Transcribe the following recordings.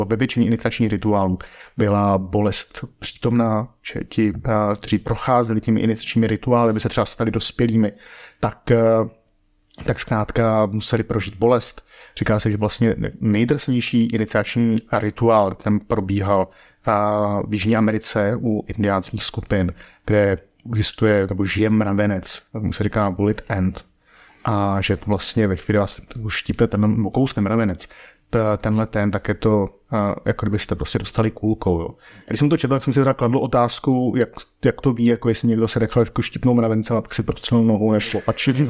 Ve většině iniciačních rituálů byla bolest přítomná, že ti, kteří procházeli těmi iniciačními rituály, aby se třeba stali dospělými, tak zkrátka museli prožít bolest. Říká se, že vlastně nejdrsnější iniciační rituál, ten probíhal v Jižní Americe u indiánských skupin, kde existuje nebo žije mravenec, mu se říká Bullet Ant, a že vlastně ve chvíli vás štípne ten kousne mravenec, tak je to, jako kdybyste prostě dostali kulkou. Jo. Když jsem to četl, tak jsem si teda kladl otázku, jak to ví, jako jestli někdo se nechal jako štipnout mravence a pak si prostřelil nohou nebo opačně.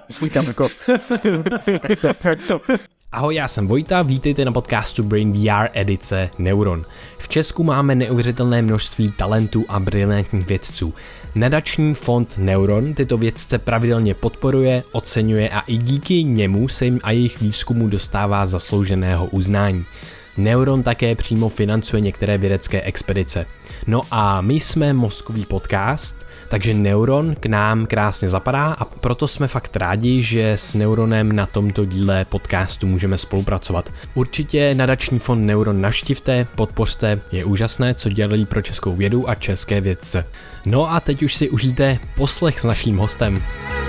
Ahoj, já jsem Vojta, vítejte na podcastu Brain VR edice Neuron. V Česku máme neuvěřitelné množství talentů a brilantních vědců. Nadační fond Neuron tyto vědce pravidelně podporuje, oceňuje a i díky němu se jim a jejich výzkumu dostává zaslouženého uznání. Neuron také přímo financuje některé vědecké expedice. No a my jsme mozkový podcast, takže Neuron k nám krásně zapadá a proto jsme fakt rádi, že s Neuronem na tomto díle podcastu můžeme spolupracovat. Určitě nadační fond Neuron navštivte, podpořte, je úžasné, co dělají pro českou vědu a české vědce. No a teď už si užijte poslech s naším hostem.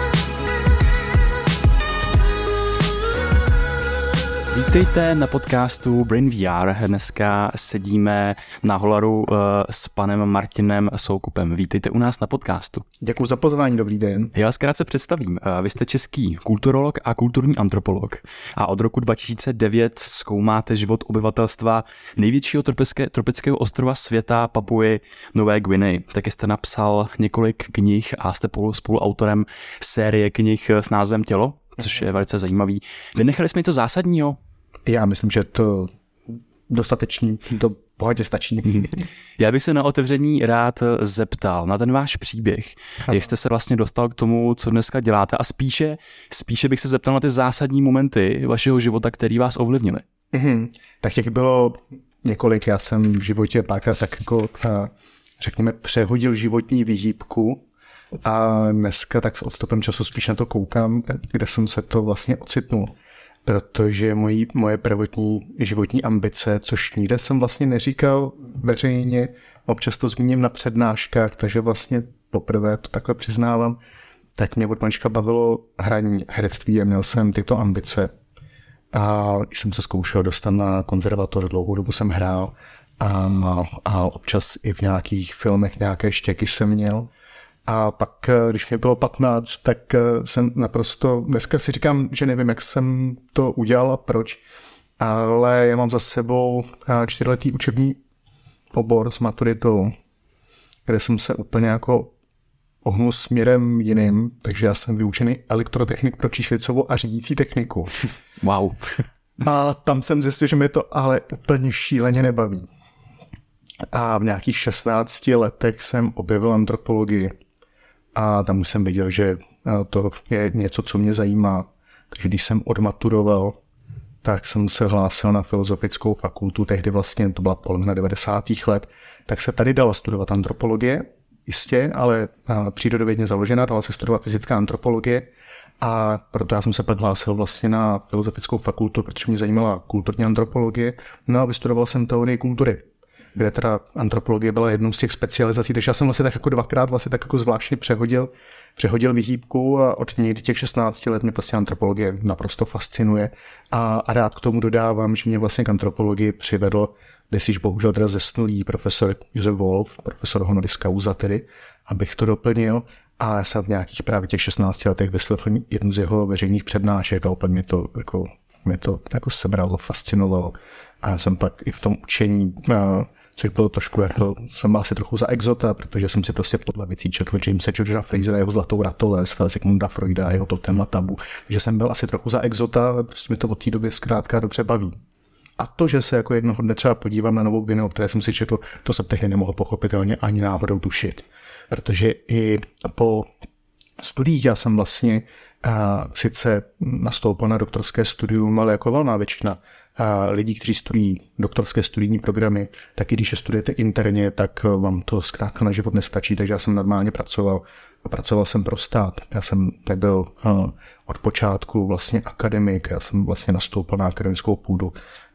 Vítejte na podcastu Brain VR. Dneska sedíme na holaru s panem Martinem Soukupem. Vítejte u nás na podcastu. Děkuji za pozvání, dobrý den. Já vás krátce představím. Vy jste český kulturolog a kulturní antropolog a od roku 2009 zkoumáte život obyvatelstva největšího tropického ostrova světa, Papuji Nové Guiney. Taky jste napsal několik knih a jste spoluautorem série knih s názvem Tělo, což je velice zajímavý. Vynechali jsme to zásadního? Já myslím, že to dostatečný, to bohatě stačí. Já bych se na otevření rád zeptal na ten váš příběh. Jak jste se vlastně dostal k tomu, co dneska děláte a spíše bych se zeptal na ty zásadní momenty vašeho života, které vás ovlivnily. Tak těch bylo několik, já jsem v životě párkrát tak jako, řekněme, přehodil životní vyhýbku. A dneska tak s odstupem času spíš na to koukám, kde jsem se to vlastně ocitnul. Protože moje prvotní životní ambice, což nikde jsem vlastně neříkal veřejně, občas to zmíním na přednáškách, takže vlastně poprvé to takhle přiznávám, tak mě od malička bavilo hraní, herectví a měl jsem tyto ambice. A když jsem se zkoušel dostat na konzervatoř, dlouhou dobu jsem hrál a občas i v nějakých filmech nějaké štěky jsem měl. A pak, když mě bylo 15, tak jsem naprosto, dneska si říkám, že nevím, jak jsem to udělal a proč, ale já mám za sebou 4letý učební obor s maturitou, kde jsem se úplně jako ohnul směrem jiným, takže já jsem vyučený elektrotechnik pro číslicovou a řídící techniku. Wow. A tam jsem zjistil, že mě to ale úplně šíleně nebaví. A v nějakých 16 letech jsem objevil antropologii. A tam už jsem viděl, že to je něco, co mě zajímá. Takže když jsem odmaturoval, tak jsem se hlásil na filozofickou fakultu. Tehdy vlastně, to byla polovina 90. let, tak se tady dala studovat antropologie, jistě, ale přírodovědně založená, dala se studovat fyzická antropologie. A proto já jsem se pak hlásil vlastně na filozofickou fakultu, protože mě zajímala kulturní antropologie. No a vystudoval jsem teorii kultury, kde teda antropologie byla jednou z těch specializací, takže já jsem vlastně tak jako dvakrát vlastně tak jako zvláštně přehodil vyhýbku a od někdy těch 16 let mě prostě antropologie naprosto fascinuje a rád k tomu dodávám, že mě vlastně k antropologii přivedl, dnes již bohužel teda zesnulý profesor Josef Wolf, profesor honoris causa tedy, abych to doplnil a já jsem v nějakých právě těch 16 letech vyslechl jednu z jeho veřejných přednášek a úplně mě to jako sebralo, fascinovalo a já jsem pak i v tom učení což bylo trošku, jako jsem asi trochu za exota, protože jsem si prostě podle věcí četl Jamese Georgea Frasera, jeho Zlatou ratolest, Sigmunda Freuda a jeho Totem a tabu. Takže jsem byl asi trochu za exota, ale prostě mi to od té doby zkrátka dobře baví. A to, že se jako jednoho dne třeba podívám na Novou Guineu, o které jsem si četl, to jsem tehdy nemohl pochopitelně ani náhodou tušit. Protože i po studiích já jsem vlastně sice nastoupil na doktorské studium, ale jako valná většina lidí, kteří studují doktorské studijní programy, tak i když je studujete interně, tak vám to zkrátka na život nestačí, takže já jsem normálně pracoval. A pracoval jsem pro stát. Já jsem tak byl od počátku vlastně akademik, já jsem vlastně nastoupil na akademickou půdu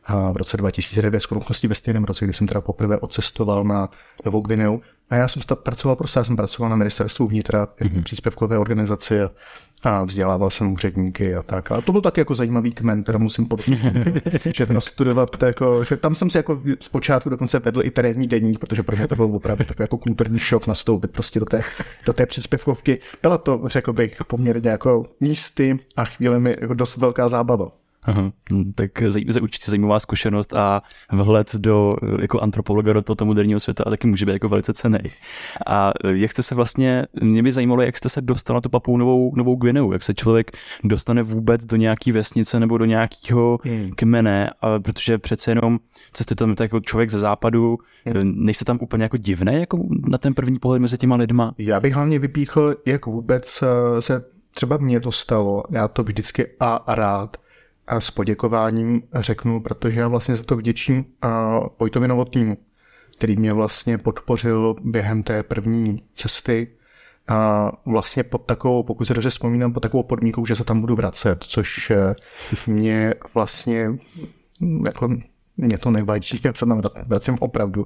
v roce 2009, skutečnosti ve stejném roce, kdy jsem teda poprvé odcestoval na Novou Gvineu. A já jsem jsem pracoval na ministerstvu vnitra, příspěvkové organizaci a vzdělával jsem úředníky a tak. A to byl taky jako zajímavý kmen, teda musím podotknout, že nastudovat, jako, že tam jsem si jako zpočátku dokonce vedl i terénní deník, protože pro mě to byl opravdu takový jako kulturní šok nastoupit prostě do té příspěvkovky. Byla to, řekl bych, poměrně jako místy a chvílemi jako dost velká zábava. Aha, tak určitě zajímavá zkušenost a vhled do jako antropologa do toho moderního světa a taky může být jako velice cenný. A jak jste se vlastně, mě by zajímalo, jak jste se dostal na tu Papuu Novou Gvineu, jak se člověk dostane vůbec do nějaký vesnice nebo do nějakého kmene, protože přece jenom jste tam jako člověk ze západu, nejste tam úplně jako divné jako na ten první pohled mezi těma lidma? Já bych hlavně vypíchl, jak vůbec se třeba mně to stalo, já to vždycky a rád a s poděkováním řeknu, protože já vlastně za to vděčím Vojtovi Novotnému, který mě vlastně podpořil během té první cesty a vlastně pod takovou, pokud se dobře vzpomínám, pod takovou podmínkou, že se tam budu vracet, což mě vlastně jako mě to nevadí, já se tam vracím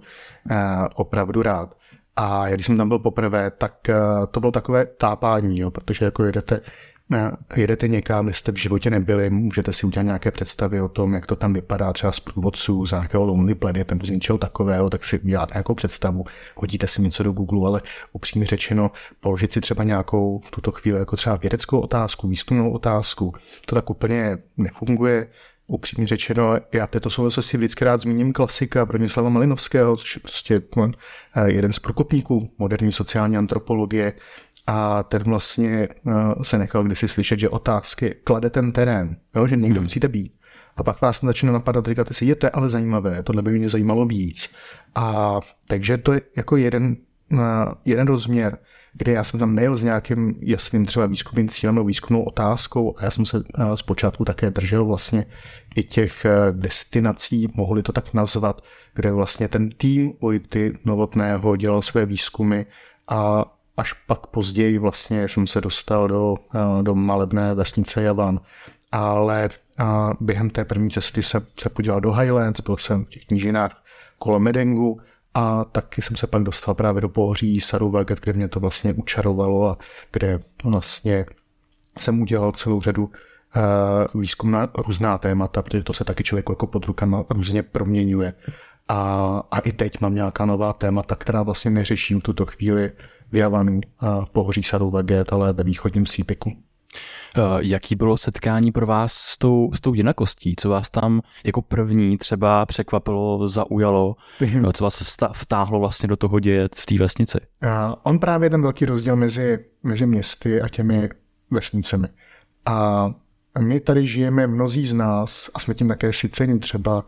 opravdu rád. A když jsem tam byl poprvé, tak to bylo takové tápání, jo, protože jako jedete někam, kde jste v životě nebyli, můžete si udělat nějaké představy o tom, jak to tam vypadá třeba z průvodců, z nějakého Lonely Planet nebo z něčeho takového, tak si uděláte nějakou představu, hodíte si něco do Google, ale upřímně řečeno, položit si třeba nějakou v tuto chvíli jako třeba vědeckou otázku, výzkumnou otázku, to tak úplně nefunguje. Upřímně řečeno, já v této souvislosti vždycky rád zmíním klasika Bronislava Malinovského, což je prostě jeden z průkopníků moderní sociální antropologie. A ten vlastně se nechal kdysi slyšet, že otázky klade ten terén, jo? Že někdo musíte být. A pak vás začne napadat, říkáte si, to je ale zajímavé, tohle by mě zajímalo víc. A takže to je jako jeden rozměr, kde já jsem tam nejel s nějakým jasným třeba výzkumným cílem nebo výzkumnou otázkou a já jsem se zpočátku také držel vlastně i těch destinací, mohli to tak nazvat, kde vlastně ten tým Vojty Novotného dělal své výzkumy a až pak později vlastně jsem se dostal do malebné vesnice Javan. Ale během té první cesty se podíval do Highlands, byl jsem v těch nížinách kolem Medengu a taky jsem se pak dostal právě do pohoří Saruwaget, kde mě to vlastně učarovalo a kde vlastně jsem udělal celou řadu výzkum na různá témata, protože to se taky člověku jako pod rukama různě proměňuje. A i teď mám nějaká nová témata, která vlastně neřeším v tuto chvíli v Javanu, v pohoří Saruwaget, ale ve východním Sípiku. Jaký bylo setkání pro vás s tou jinakostí? Co vás tam jako první třeba překvapilo, zaujalo? Co vás vtáhlo vlastně do toho děje v té vesnici? On právě ten velký rozdíl mezi městy a těmi vesnicemi. A my tady žijeme, mnozí z nás, a jsme tím také syceni třeba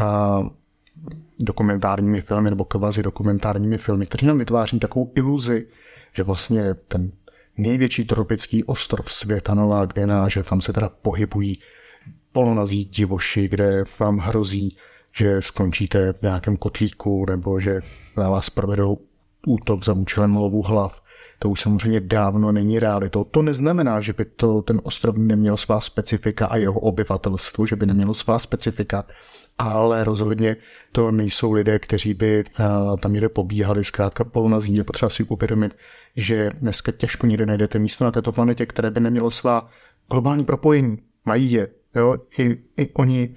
dokumentárními filmy nebo kvazi dokumentárními filmy, kteří nám vytváří takovou iluzi, že vlastně ten největší tropický ostrov světa, Nová Gvinea, že tam se teda pohybují polonazí divoši, kde vám hrozí, že skončíte v nějakém kotlíku nebo že na vás provedou útok za účelem lovu hlav. To už samozřejmě dávno není realitou. To neznamená, že by ten ostrov neměl svá specifika a jeho obyvatelstvo, že by nemělo svá specifika, ale rozhodně to nejsou lidé, kteří by tam někde pobíhali, zkrátka polonazí. Je potřeba si uvědomit, že dneska těžko někde najdete místo na této planetě, které by nemělo svá globální propojení. Mají je. Jo? I oni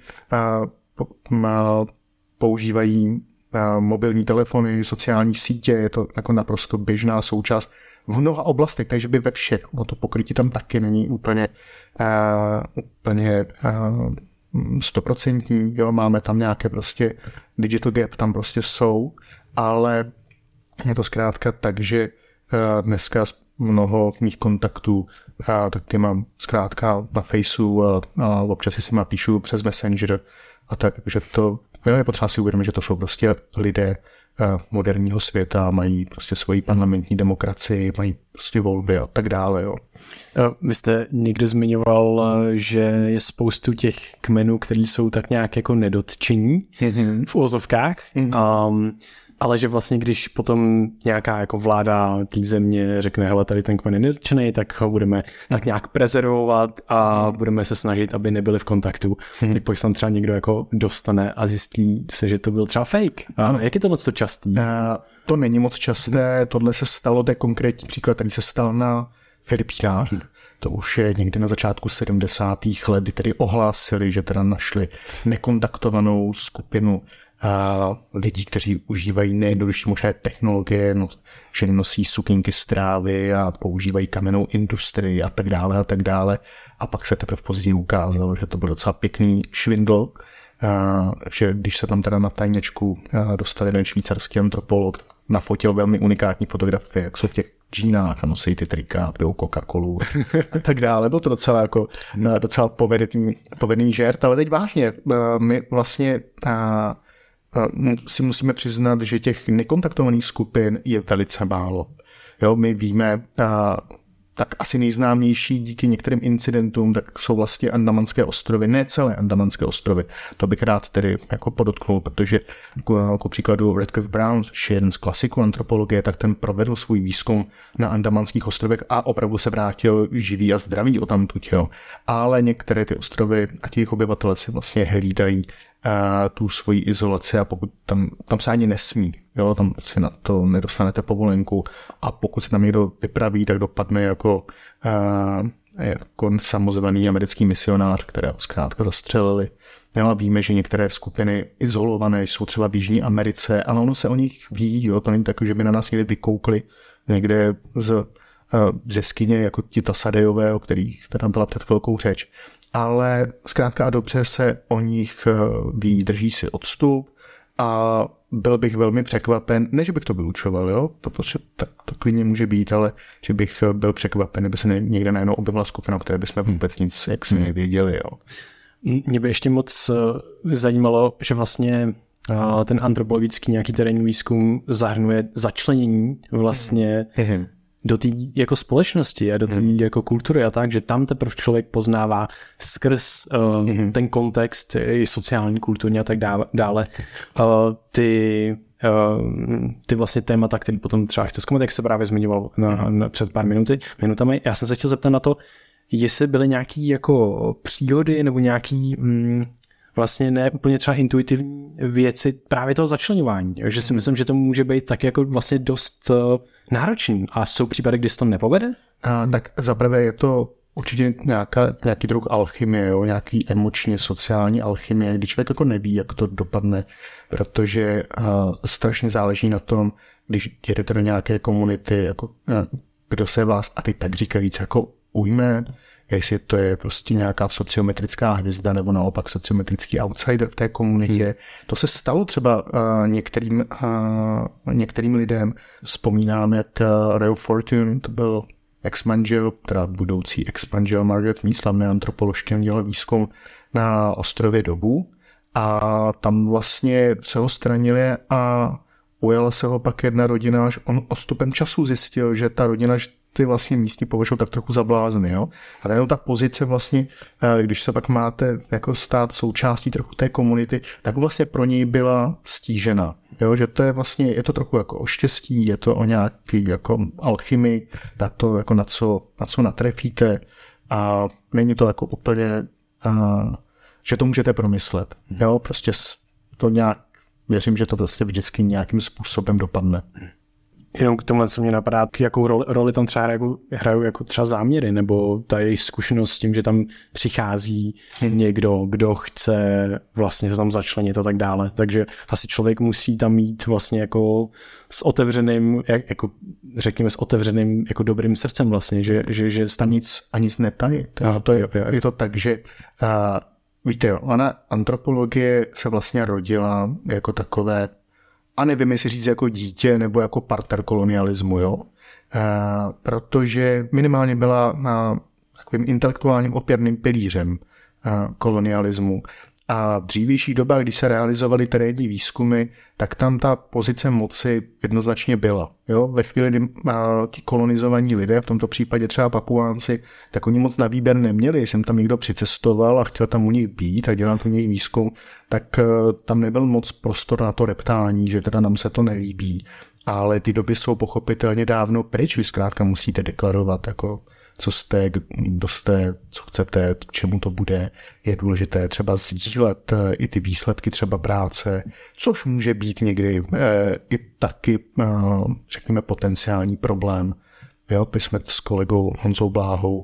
používají mobilní telefony, sociální sítě, je to jako naprosto běžná součást v mnoha oblastech, takže by ve všech. To pokrytí tam taky není úplně 100%, jo, máme tam nějaké prostě digital gap, tam prostě jsou, ale je to zkrátka tak, že dneska mnoho mých kontaktů, tak ty mám zkrátka na Faceu a občas si s nima píšu přes Messenger a tak, že to je potřeba si uvědomit, že to jsou prostě lidé moderního světa, mají prostě svoji parlamentní demokracii, mají prostě volby a tak dále. Jo. Vy jste někde zmiňoval, že je spoustu těch kmenů, který jsou tak nějak jako nedotčení v uvozovkách. Ale že vlastně, když potom nějaká jako vláda té země řekne, hele, tady ten kmen je nedotčený, tak ho budeme tak nějak prezervovat a budeme se snažit, aby nebyli v kontaktu. Tak pak se tam třeba někdo jako dostane a zjistí se, že to byl třeba fake. A jak je to moc častý? To není moc časté, tohle se stalo, to je konkrétní příklad, který se stal na Filipínách. To už je někdy na začátku 70. let, kdy tedy ohlásili, že teda našli nekontaktovanou skupinu lidí, kteří užívají nejjednodušší možné technologie, že nosí sukinky z trávy a používají kamennou industrii a tak dále a tak dále. A pak se teprve později ukázalo, že to byl docela pěkný švindl, že když se tam teda na tajněčku dostal jeden švýcarský antropolog, nafotil velmi unikátní fotografie, jak jsou v těch džínách a nosí ty trika, pijou Coca-Colu a tak dále. Byl to docela povedený žert, ale teď vážně, my vlastně si musíme přiznat, že těch nekontaktovaných skupin je velice málo. Jo, my víme, tak asi nejznámější díky některým incidentům, tak jsou vlastně Andamanské ostrovy, ne celé Andamanské ostrovy. To bych rád tedy jako podotknul, protože jako příkladu Radcliffe Brown, jeden z klasiků antropologie, tak ten provedl svůj výzkum na Andamanských ostrovech a opravdu se vrátil živý a zdravý odtamtud. Jo. Ale některé ty ostrovy a těch obyvatelé si vlastně hlídají tu svoji izolaci a pokud tam se ani nesmí, jo, tam si na to nedostanete povolenku a pokud se tam někdo vypraví, tak dopadne jako samozvaný americký misionář, kterého zkrátka zastřelili. Jo, a víme, že některé skupiny izolované jsou třeba v Jižní Americe, ale ono se o nich ví, jo, to není tak, že by na nás někdy vykoukli někde z jeskyně, jako ti Tasadejové, o kterých teda byla před chvilkou řeč. Ale zkrátka a dobře se o nich ví, drží si odstup a byl bych velmi překvapen, ne, že bych to vylučoval, jo, to prostě to klidně může být, ale že bych byl překvapen, kdyby se někde najednou objevila skupina, o které bychom vůbec nic jaksi nevěděli, jo. Mě by ještě moc zajímalo, že vlastně ten antropologický nějaký terénní výzkum zahrnuje začlenění vlastně do té jako společnosti a do té jako kultury a tak, že tam teprve člověk poznává skrz ten kontext, i sociální, kulturní a tak dále, ty vlastně témata, které potom třeba chce zkoumat, jak se právě zmiňoval před pár minutami. Já jsem se chtěl zeptat na to, jestli byly nějaký jako příhody nebo nějaký vlastně ne úplně třeba intuitivní věci právě toho začleňování. Takže si myslím, že to může být taky jako vlastně dost náročný. A jsou případy, kdy se to nepovede? Tak zaprvé je to určitě nějaký druh alchymie, jo? Nějaký emočně sociální alchymie, kdy člověk jako neví, jak to dopadne, protože strašně záleží na tom, když jedete do nějaké komunity, jako, kdo se vás, a teď tak říkajíc, jako ujme, jestli to je prostě nějaká sociometrická hvězda nebo naopak sociometrický outsider v té komunitě. To se stalo třeba některým lidem. Vzpomínám, jak Ray Fortune, to byl ex-manžel, teda budoucí ex-manžel Margaret Mead, slavné antropoložky, dělal výzkum na ostrově Dobu a tam vlastně se ho stranili a ujala se ho pak jedna rodina, až on odstupem času zjistil, že ta rodina ty vlastně místní považují tak trochu za blázny, jo. A najednou ta pozice vlastně, když se pak máte jako stát součástí trochu té komunity, tak vlastně pro něj byla stížena, jo, že to je vlastně, je to trochu jako o štěstí, je to o nějaký jako alchymii, tak to jako na co natrefíte a není to jako úplně, že to můžete promyslet, jo, prostě to nějak, věřím, že to vlastně vždycky nějakým způsobem dopadne. Jenom k tomhle, co mě napadá, jakou roli tam třeba hrajou jako třeba záměry, nebo ta jejich zkušenost s tím, že tam přichází někdo, kdo chce vlastně se tam začlenit a tak dále. Takže asi člověk musí tam mít vlastně jako s otevřeným, jako řekněme s otevřeným jako dobrým srdcem vlastně, že tam nic netají. Je to tak, že víte jo, ona antropologie se vlastně rodila jako takové, a nevím, jestli říct jako dítě nebo jako parter kolonialismu, jo? Protože minimálně byla takovým intelektuálním opěrným pilířem kolonialismu. A v dřívějších dobách, když se realizovaly terénní výzkumy, tak tam ta pozice moci jednoznačně byla. Jo? Ve chvíli, kdy ti kolonizovaní lidé, v tomto případě třeba Papuánci, tak oni moc na výběr neměli. Jsem tam někdo přicestoval a chtěl tam u nich být a dělat u nich výzkum, tak tam nebyl moc prostor na to reptání, že teda nám se to nelíbí. Ale ty doby jsou pochopitelně dávno pryč. Vy zkrátka musíte deklarovat, jako co jste, kdo jste, co chcete, k čemu to bude. Je důležité třeba sdílet i ty výsledky třeba práce, což může být někdy i taky, řekněme, potenciální problém. Jo, my jsme s kolegou Honzou Bláhou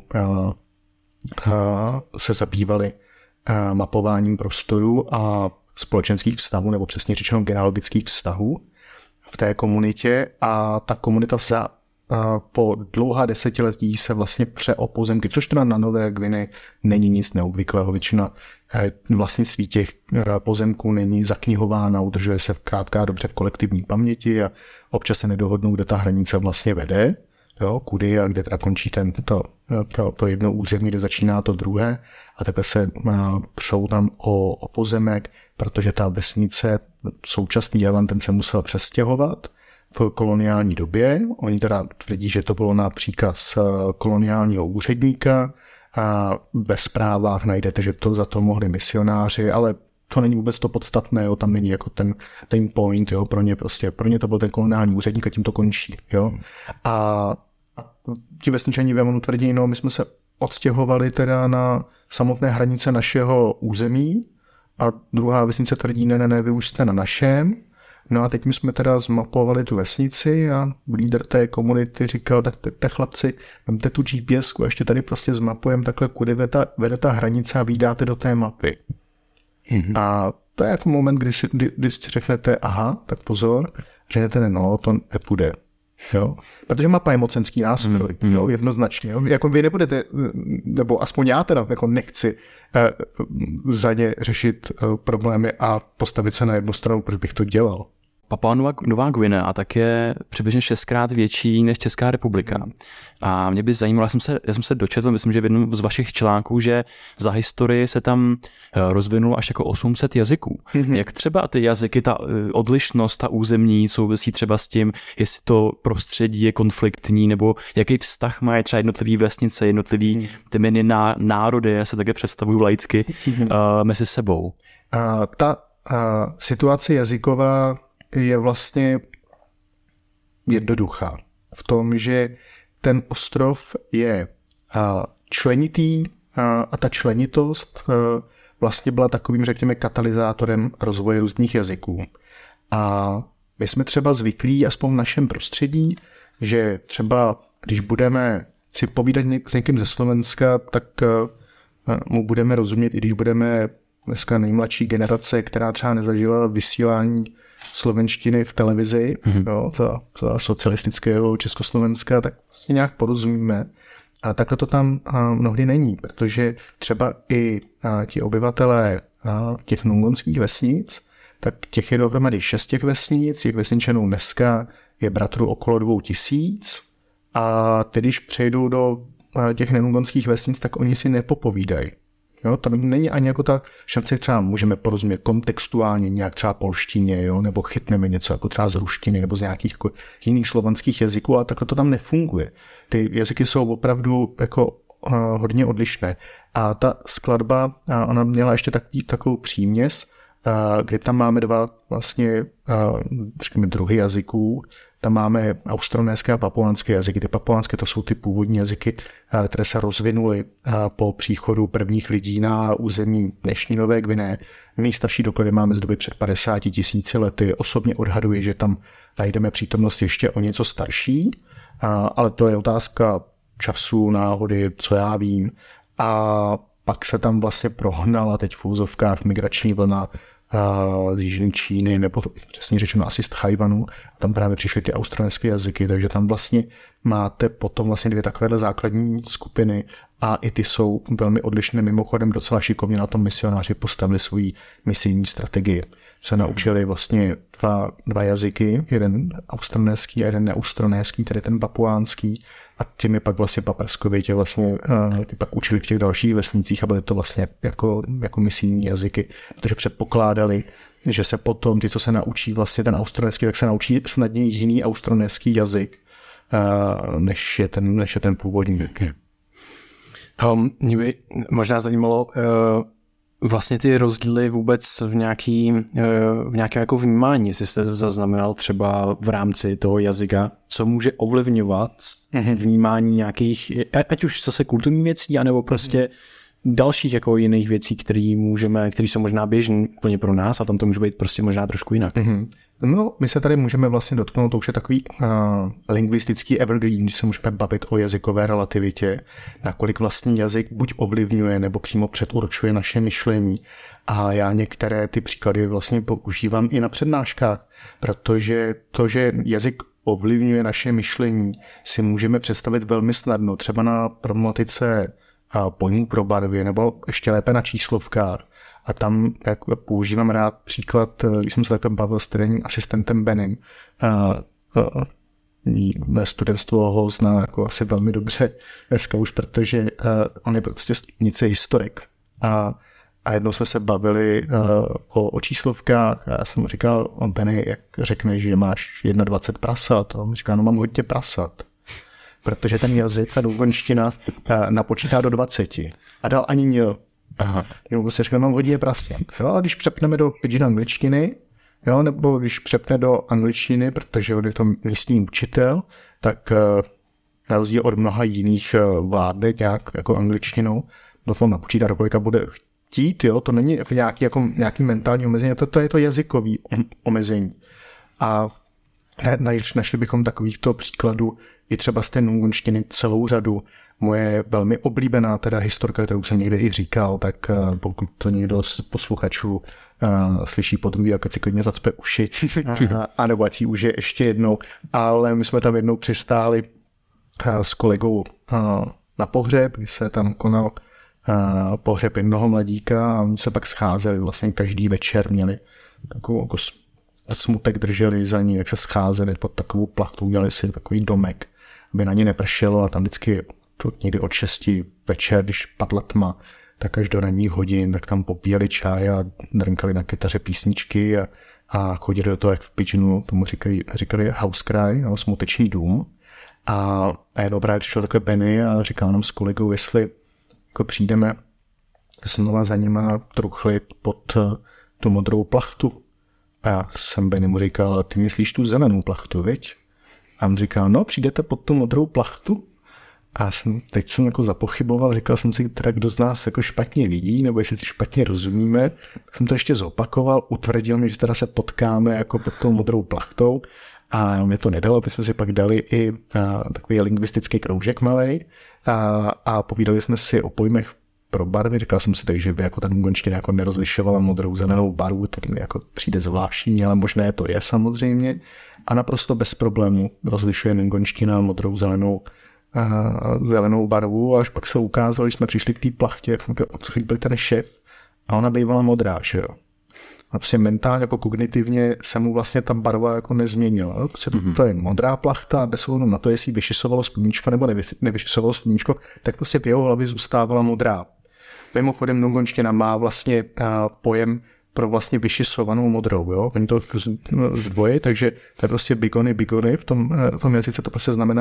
se zabývali mapováním prostoru a společenských vztahů, nebo přesně řečeno genealogických vztahů v té komunitě, a ta komunita po dlouhá desetiletí se vlastně pře o pozemky, což teda na Nové Gvineji není nic neobvyklého. Většina vlastnictví těch pozemků není zaknihována, udržuje se zkrátka dobře v kolektivní paměti a občas se nedohodnou, kde ta hranice vlastně vede, jo, kudy a kde teda končí to jedno území, kde začíná to druhé, a teďka se přou tam o pozemek, protože ta vesnice, současný Javan, ten se musel přestěhovat v koloniální době. Oni teda tvrdí, že to bylo na příkaz koloniálního úředníka, a ve zprávách najdete, že to za to mohli misionáři, ale to není vůbec to podstatné, jo, tam není jako ten point, jo, pro ně to byl ten koloniální úředník a tím to končí, jo. A ti vesničani v Javanu tvrdí, no, my jsme se odstěhovali teda na samotné hranice našeho území, a druhá vesnice tvrdí, ne, vy už jste na našem. No a teď my jsme teda zmapovali tu vesnici a lídr té komunity říkal, tak chlapci, vemte tu GPS a ještě tady prostě zmapujeme takhle, kudy vede ta hranice a vydáte do té mapy. Mm-hmm. A to je jako moment, kdy si řeknete, aha, tak pozor, řeknete, no, to nepůjde. Jo? Protože mapa je mocenský nástroj, jo? Jednoznačně. Jo? Jako vy nebudete, nebo aspoň já teda jako nechci za ně řešit problémy a postavit se na jednu stranu, proč bych to dělal. Papua Nová Gvinea tak je přibližně 6krát větší než Česká republika. A mě by zajímalo, já jsem se dočetl, myslím, že v jednom z vašich článků, že za historii se tam rozvinulo až jako 800 jazyků. Jak třeba ty jazyky, ta odlišnost, ta územní souvisí třeba s tím, jestli to prostředí je konfliktní, nebo jaký vztah mají třeba jednotlivý vesnice, jednotlivý ty národy, já se také představuju laicky, mezi sebou. Ta situace jazyková je vlastně jednoduchá v tom, že ten ostrov je členitý a ta členitost vlastně byla takovým, řekněme, katalyzátorem rozvoje různých jazyků. A my jsme třeba zvyklí, aspoň v našem prostředí, že třeba když budeme si povídat s někým ze Slovenska, tak mu budeme rozumět, i když budeme dneska nejmladší generace, která třeba nezažila vysílání slovenštiny v televizi, jo, to socialistického Československa, tak vlastně nějak porozumíme. A takhle to tam mnohdy není, protože třeba i ti obyvatelé těch nungonských vesnic, tak těch je dohromady 6 těch vesnic, těch vesničanů dneska je bratru okolo 2000, a teď, když přejdou do těch nenungonských vesnic, tak oni si nepopovídají. Jo, tam není ani jako ta šance, třeba můžeme porozumět kontextuálně nějak třeba polštině, jo, nebo chytneme něco jako třeba z ruštiny nebo z nějakých jako jiných slovanských jazyků, ale takhle to tam nefunguje. Ty jazyky jsou opravdu jako hodně odlišné. A ta skladba, ona měla ještě takovou příměs, kde tam máme dva vlastně, řekněme, druhy jazyků. Tam máme austronéské a papuánské jazyky. Ty papuánské to jsou ty původní jazyky, které se rozvinuly po příchodu prvních lidí na území dnešní Nové Gvineje. Nejstarší doklady máme z doby před 50 000 lety. Osobně odhaduji, že tam najdeme přítomnost ještě o něco starší, ale to je otázka času, náhody, co já vím. A pak se tam vlastně prohnala teď v úzovkách migrační vlna z jižní Číny, nebo přesně řečeno asi z Tchajvanu. A tam právě přišly ty austronéské jazyky, takže tam vlastně máte potom vlastně 2 takovéhle základní skupiny a i ty jsou velmi odlišné. Mimochodem docela šikovně na tom misionáři postavili svoji misijní strategii. Se naučili vlastně dva jazyky, jeden austronéský a jeden neaustronéský, tedy ten papuánský, a těmi pak vlastně paperskovitě vlastně ty pak učili v těch dalších vesnicích a byly to vlastně jako misijní jazyky, protože předpokládali, že se potom ty, co se naučí vlastně ten austronéský, tak se naučí snadněji jiný austronéský jazyk, než je ten původní. Mě by možná zajímalo vlastně ty rozdíly vůbec v nějakém jako vnímání, jestli jste zaznamenal třeba v rámci toho jazyka, co může ovlivňovat vnímání nějakých, ať už zase kulturní věcí, anebo prostě dalších jako jiných věcí, které jsou možná běžné úplně pro nás a tam to může být prostě možná trošku jinak. No, my se tady můžeme vlastně dotknout, to už je takový lingvistický evergreen, když se můžeme bavit o jazykové relativitě, nakolik vlastní jazyk buď ovlivňuje nebo přímo předurčuje naše myšlení. A já některé ty příklady vlastně používám i na přednáškách, protože to, že jazyk ovlivňuje naše myšlení, si můžeme představit velmi snadno, třeba na problematice pojmů pro barvy, nebo ještě lépe na číslovkách. A tam používám rád příklad, když jsem se takhle bavil s terénním asistentem Benem. Mé studentstvo ho zná jako asi velmi dobře dneska už, protože on je prostě stupnice historik. A jednou jsme se bavili o číslovkách a já jsem mu říkal, Benny, jak řekneš, že máš 21 prasat? A on mi říká, no mám hodně prasat. Protože ten jazyk, ta dougonština, napočítá do 20. A dal ani nil. Aha. Jenom se říkal, mám hodně prasat. Jo, a když přepneme do pidžin angličtiny, jo, nebo když přepne do angličtiny, protože on je to místní učitel, tak na rozdíl od mnoha jiných vládek, jako angličtinou, do toho napočítá, do kolika bude chtít, jo, to není nějaký mentální omezení, to je to jazykový omezení. A našli bychom takovýchto příkladů i třeba z té nungunštiny celou řadu. Moje velmi oblíbená teda historka, kterou jsem někde i říkal, tak pokud to někdo z posluchačů slyší podruhý, jak si klidně zacpe uši, anebo ať si užije ještě jednou. Ale my jsme tam jednou přistáli s kolegou na pohřeb, kdy se tam konal pohřeb jednoho mladíka a oni se pak scházeli, vlastně každý večer měli takovou jako smutek, drželi za ní, jak se scházeli pod takovou plachtu, udělali si takový domek, aby na ně nepršelo a tam vždycky někdy od 6 večer, když padla tma, tak až do ranních hodin, tak tam popíjeli čaj a drnkali na kytaře písničky a chodili do toho jak v pidžinu, tomu říkali house cry, no, smuteční dům. A jednou právě přišel takhle Benny a říkal nám s kolegou, jestli jako přijdeme znova za nima truchlit pod tu modrou plachtu. A já jsem Benny mu říkal, ty myslíš tu zelenou plachtu, viď? A on říkal, no, přijdete pod tu modrou plachtu? A teď jsem jako zapochyboval, říkal jsem si, teda kdo z nás jako špatně vidí, nebo jestli si špatně rozumíme, tak jsem to ještě zopakoval, utvrdil mi, že teda se potkáme jako pod tou modrou plachtou a mě to nedalo, aby jsme si pak dali i takový lingvistický kroužek malej a povídali jsme si o pojmech pro barvy, říkal jsem si tak, že by jako ta nungonština jako nerozlišovala modrou zelenou barvu, to mi jako přijde zvláštní, ale možné to je samozřejmě a naprosto bez problému rozlišuje nungonština modrou zelenou barvu a až pak se ukázalo, že jsme přišli k té plachtě, byl ten šéf a ona bývala modrá, že jo. A prostě mentálně jako kognitivně se mu vlastně ta barva jako nezměnila. Prostě to je modrá plachta a bez ohledu na to, jestli vyšisovalo sluníčko nebo nevyšisovalo sluníčko, tak prostě v jeho hlavě zůstávala modrá. Mimochodem nungonština má vlastně pojem pro vlastně vyšisovanou modrou, jo. Oni to zdvojí, takže to je prostě bigony, v tom jazyce to prostě znamená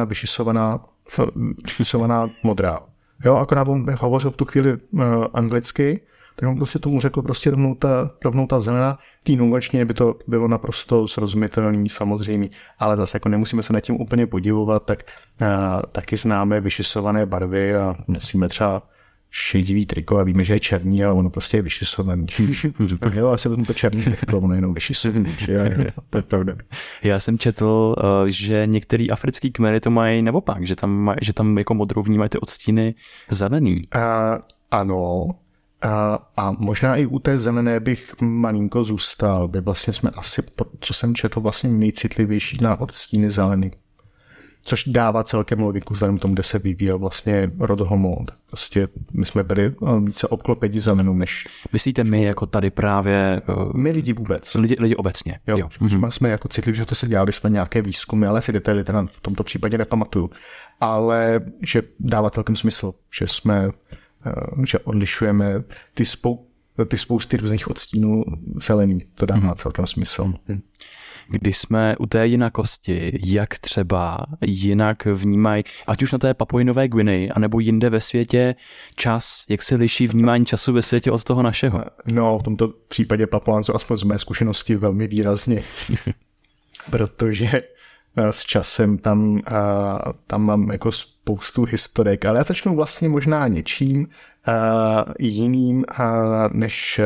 vyšisovaná modrá. Jo, akorát on hovořil v tu chvíli anglicky, tak on prostě tomu řekl prostě rovnou ta zelená. V té nungonštině by to bylo naprosto srozumitelný, samozřejmě, ale zase jako nemusíme se nad tím úplně podivovat, tak taky známe vyšisované barvy a nosíme třeba šedivý triko a víme, že je černý, ale ono prostě je vyšisovaný. Jo, asi vezmu to černý triko, ono je jenom vyšisovaný. To je pravda. Já jsem četl, že některý africký kmeny to mají naopak, že tam jako modrou vnímají ty odstíny zelený. Ano. A možná i u té zelené bych malinko zůstal, by vlastně jsme asi, co jsem četl, vlastně nejcitlivější na odstíny zelený. což dává celkem logiku vzhledem k tomu, kde se vyvíjel vlastně rod homo. Prostě my jsme byli více obklopeni zelenou než... Myslíte my jako tady právě... My lidi vůbec. Lidi obecně. Jo. Jsme jako citliví, že to se dělali jsme nějaké výzkumy, ale si detaily teda v tomto případě nepamatuju. Ale že dává celkem smysl, že odlišujeme ty spousty různých odstínů zelený. To dává celkem smysl. Když jsme u té jinakosti, jak třeba jinak vnímají, ať už na té Papui Nové Guineji, anebo jinde ve světě čas, jak se liší vnímání času ve světě od toho našeho? No, v tomto případě Papuánců, aspoň z mé zkušenosti, velmi výrazně. Protože s časem tam mám jako spoustu historek, ale já začnu vlastně možná něčím jiným než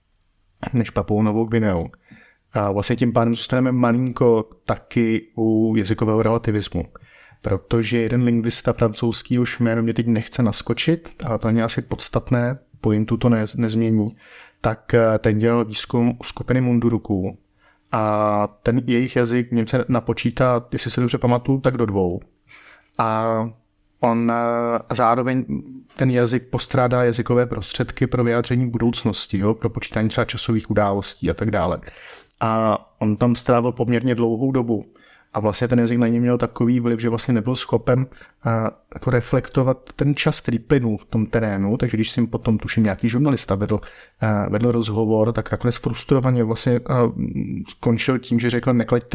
Papou Novou Guineou. A vlastně tím pádem zůstaneme malinko taky u jazykového relativismu, protože jeden lingvista francouzský, už jméno mě teď nechce naskočit, ale to není asi podstatné, pointu to nezmění, tak ten dělal výzkum u skupiny Munduruků a ten jejich jazyk v něm se napočítá, jestli se dobře pamatuju, tak do 2. A on zároveň ten jazyk postrádá jazykové prostředky pro vyjádření budoucnosti, jo, pro počítání třeba časových událostí a tak dále. A on tam strávil poměrně dlouhou dobu. A vlastně ten jazyk na něj měl takový vliv, že vlastně nebyl schopen jako reflektovat ten čas, který plynul v tom terénu. Takže když si potom, tuším, nějaký žurnalista vedl rozhovor, tak nakonec frustrovaně vlastně skončil tím, že řekl, neklaďte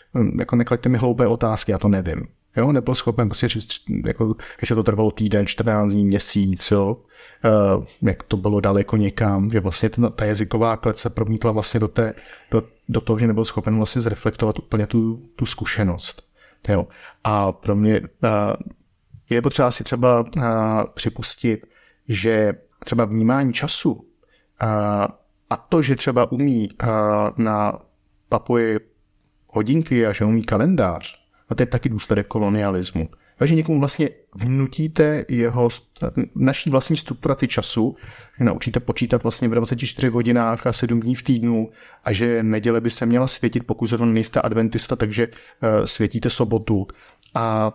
mi hloupé otázky, já to nevím. Jo, nebyl schopen prostě říct, jako, jestli to trvalo týden, 14 dní, měsíc, jo, jak to bylo daleko někam, že vlastně ta jazyková klec se promítla vlastně do toho, že nebyl schopen vlastně zreflektovat úplně tu zkušenost. Jo. A pro mě je potřeba si třeba připustit, že třeba vnímání času a to, že třeba umí na Papui hodinky a že umí kalendář, a to je taky důsledek kolonialismu. Takže někomu vlastně vnutíte naší vlastní strukturaci času, že naučíte počítat vlastně v 24 hodinách a 7 dní v týdnu a že neděle by se měla světit, pokud zrovna nejste adventista, takže světíte sobotu. A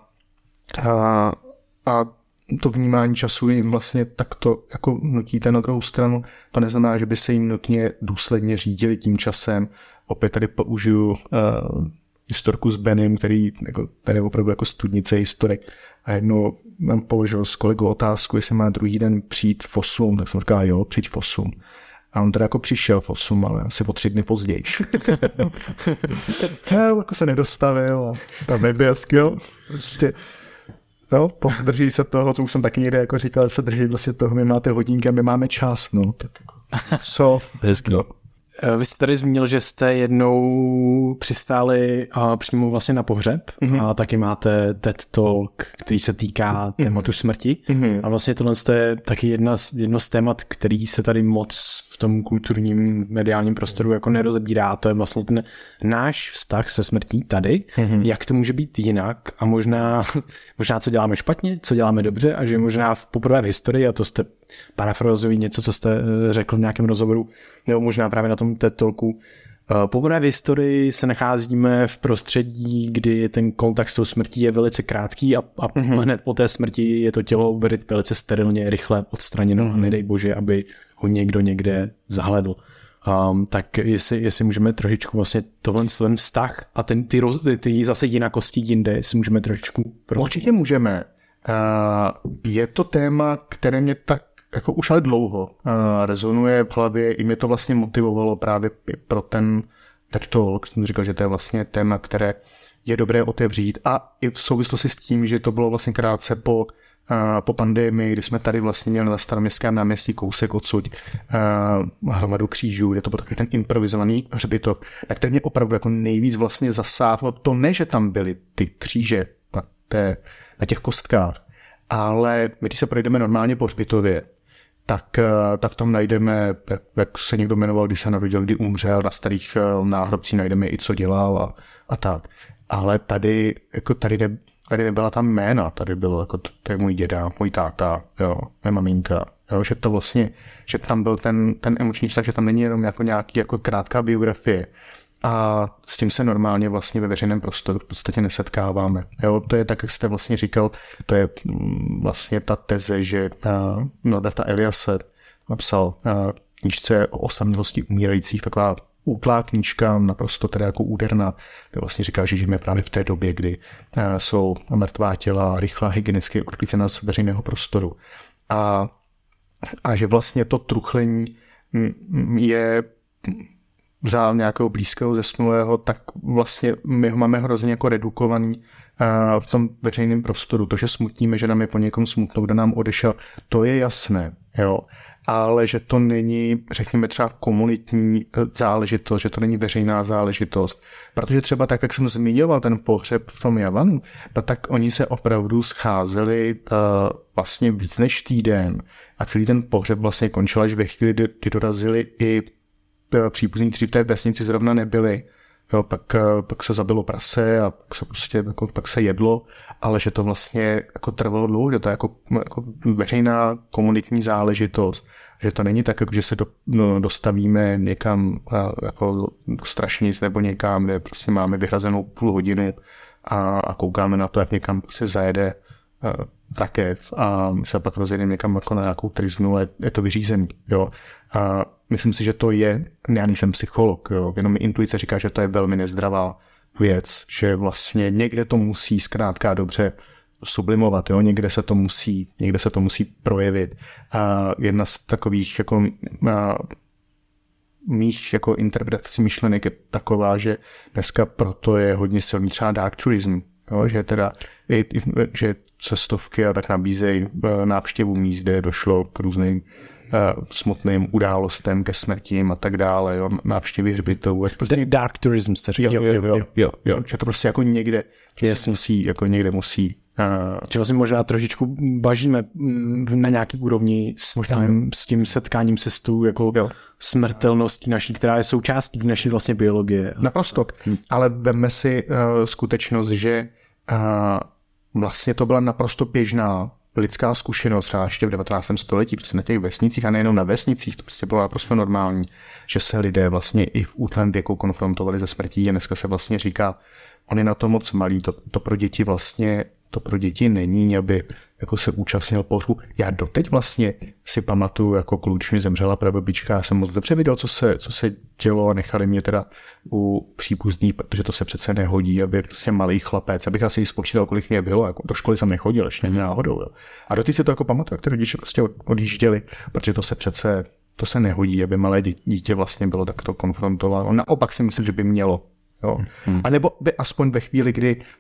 to vnímání času jim vlastně takto jako nutíte na druhou stranu. To neznamená, že by se jim nutně důsledně řídili tím časem. Opět tady použiju historku s Benem, který jako, tady je opravdu jako studnice historik. A jednou mám položil s kolegou otázku, jestli má druhý den přijít v 8, tak jsem říkal, jo, přijď v 8. A on teda jako přišel v 8, ale asi o 3 dny později. Jako se nedostavil a tam nebyl skill. Prostě, no, drží se toho, co už jsem taky někde jako říkal, se drží vlastně toho, my máte hodinky a my máme čas, no. Tak jako, no. Vy jste tady zmínil, že jste jednou přistáli přímo vlastně na pohřeb a taky máte TED Talk, který se týká tématu smrti. A vlastně tohle je taky jedno z témat, který se tady moc v tom kulturním mediálním prostoru jako nerozebírá. To je vlastně ten náš vztah se smrtí tady. Jak to může být jinak a možná co děláme špatně, co děláme dobře a že možná poprvé v historii, a to jste parafrazují něco, co jste řekl v nějakém rozhovoru, nebo možná právě na tom TED Talku. Poprvé v historii se nacházíme v prostředí, kdy ten kontakt s tou smrtí je velice krátký a hned po té smrti je to tělo velice sterilně, rychle odstraněno a nedej bože, aby ho někdo někde zahledl. Tak jestli můžeme trošičku vlastně ten vztah a ty zase jinakosti jinde, jestli můžeme trošičku... Určitě můžeme. Je to téma, které mě tak jako už ale dlouho rezonuje v hlavě, i mě to vlastně motivovalo právě pro ten TED Talk. Jsem říkal, že to je vlastně téma, které je dobré otevřít a i v souvislosti s tím, že to bylo vlastně krátce po pandemii, kdy jsme tady vlastně měli na Staroměstském náměstí kousek odsud hromadu křížů, kde to byl takový ten improvizovaný hřbitov, na který mě opravdu jako nejvíc vlastně zasáhlo. To ne, že tam byly ty kříže na těch kostkách, ale my, když se projdeme normálně po hřbitově, tak tam najdeme, jak se někdo jmenoval, když se narodil, kdy umřel, na starých náhrobcích najdeme i co dělal a tak. Ale tady nebyla tam jména, tady bylo jako, to je můj děda, můj táta, jo, moje maminka, jo, že to vlastně, že tam byl ten emoční vztah, že tam není jenom jako nějaký jako krátká biografie, a s tím se normálně vlastně ve veřejném prostoru v podstatě nesetkáváme. Jo, to je tak, jak jste vlastně říkal, to je vlastně ta teze, že Norberta Eliase napsal knížce o osamělosti umírajících, taková útlá knížka, naprosto teda jako úderná, kde vlastně říká, že žijeme právě v té době, kdy jsou mrtvá těla rychlá hygienicky odklícena z veřejného prostoru. A že vlastně to truchlení je za nějakého blízkého zesnulého, tak vlastně my ho máme hrozně jako redukovaný v tom veřejném prostoru. To, že smutníme, že nám je po někom smutno, kdo nám odešel, to je jasné, jo. Ale že to není, řekněme třeba komunitní záležitost, že to není veřejná záležitost. Protože třeba tak, jak jsem zmiňoval ten pohřeb v tom Javanu, tak oni se opravdu scházeli vlastně víc než týden a celý ten pohřeb vlastně končil až ve chvíli, kdy dorazili i příbuzní, kteří v té vesnici zrovna nebyli. Jo, pak se zabilo prase a pak se jedlo, ale že to vlastně jako trvalo dlouho, že to je jako veřejná komunitní záležitost, že to není tak, že se dostavíme někam jako do Strašnic nebo někam, kde prostě máme vyhrazenou půl hodiny a koukáme na to, jak někam se zajede rakev a my se pak rozjedeme někam jako na nějakou triznu a je to vyřízený. Jo. A myslím si, že to je, já nejsem psycholog, jo, jenom mi intuice říká, že to je velmi nezdravá věc, že vlastně někde to musí zkrátka dobře sublimovat, jo, někde se to musí projevit. A jedna z takových jako mých jako interpretací myšlenek je taková, že dneska proto je hodně silný třeba dark tourism, jo, že teda že cestovky a tak nabízejí návštěvu míst, kde došlo k různým smutným událostem, ke smrtím a tak dále, jo, návštěvy hřbitovů. Prostě dark tourism jste říkal. Jo, že to prostě jako někde musí. Že vlastně možná trošičku bažíme na nějaký úrovni s tím setkáním se s tou jako smrtelností naší, která je součástí naší vlastně biologie. Naprosto, ale veme si skutečnost, že vlastně to byla naprosto běžná lidská zkušenost, třeba ještě v 19. století, prostě na těch vesnicích a nejenom na vesnicích, to prostě bylo naprosto normální, že se lidé vlastně i v útlém věku konfrontovali se smrtí a dneska se vlastně říká, on je na to moc malý, to pro děti vlastně, to pro děti není, aby jako se účastnil pohřbu. Já doteď vlastně si pamatuju, jako kluč mi zemřela prababička, já jsem moc dobře viděl, co se dělo a nechali mě teda u příbuzných, protože to se přece nehodí, aby prostě malý chlapec, abych asi spočítal, kolik mě bylo, jako do školy jsem nechodil, ještě náhodou. Jo. A doteď si to jako pamatuju, jak ty rodiče prostě odjížděli, protože to se nehodí, aby malé dítě vlastně bylo takto konfrontováno. Naopak si myslím, že by mělo. Jo. A nebo by aspoň ve chvíli,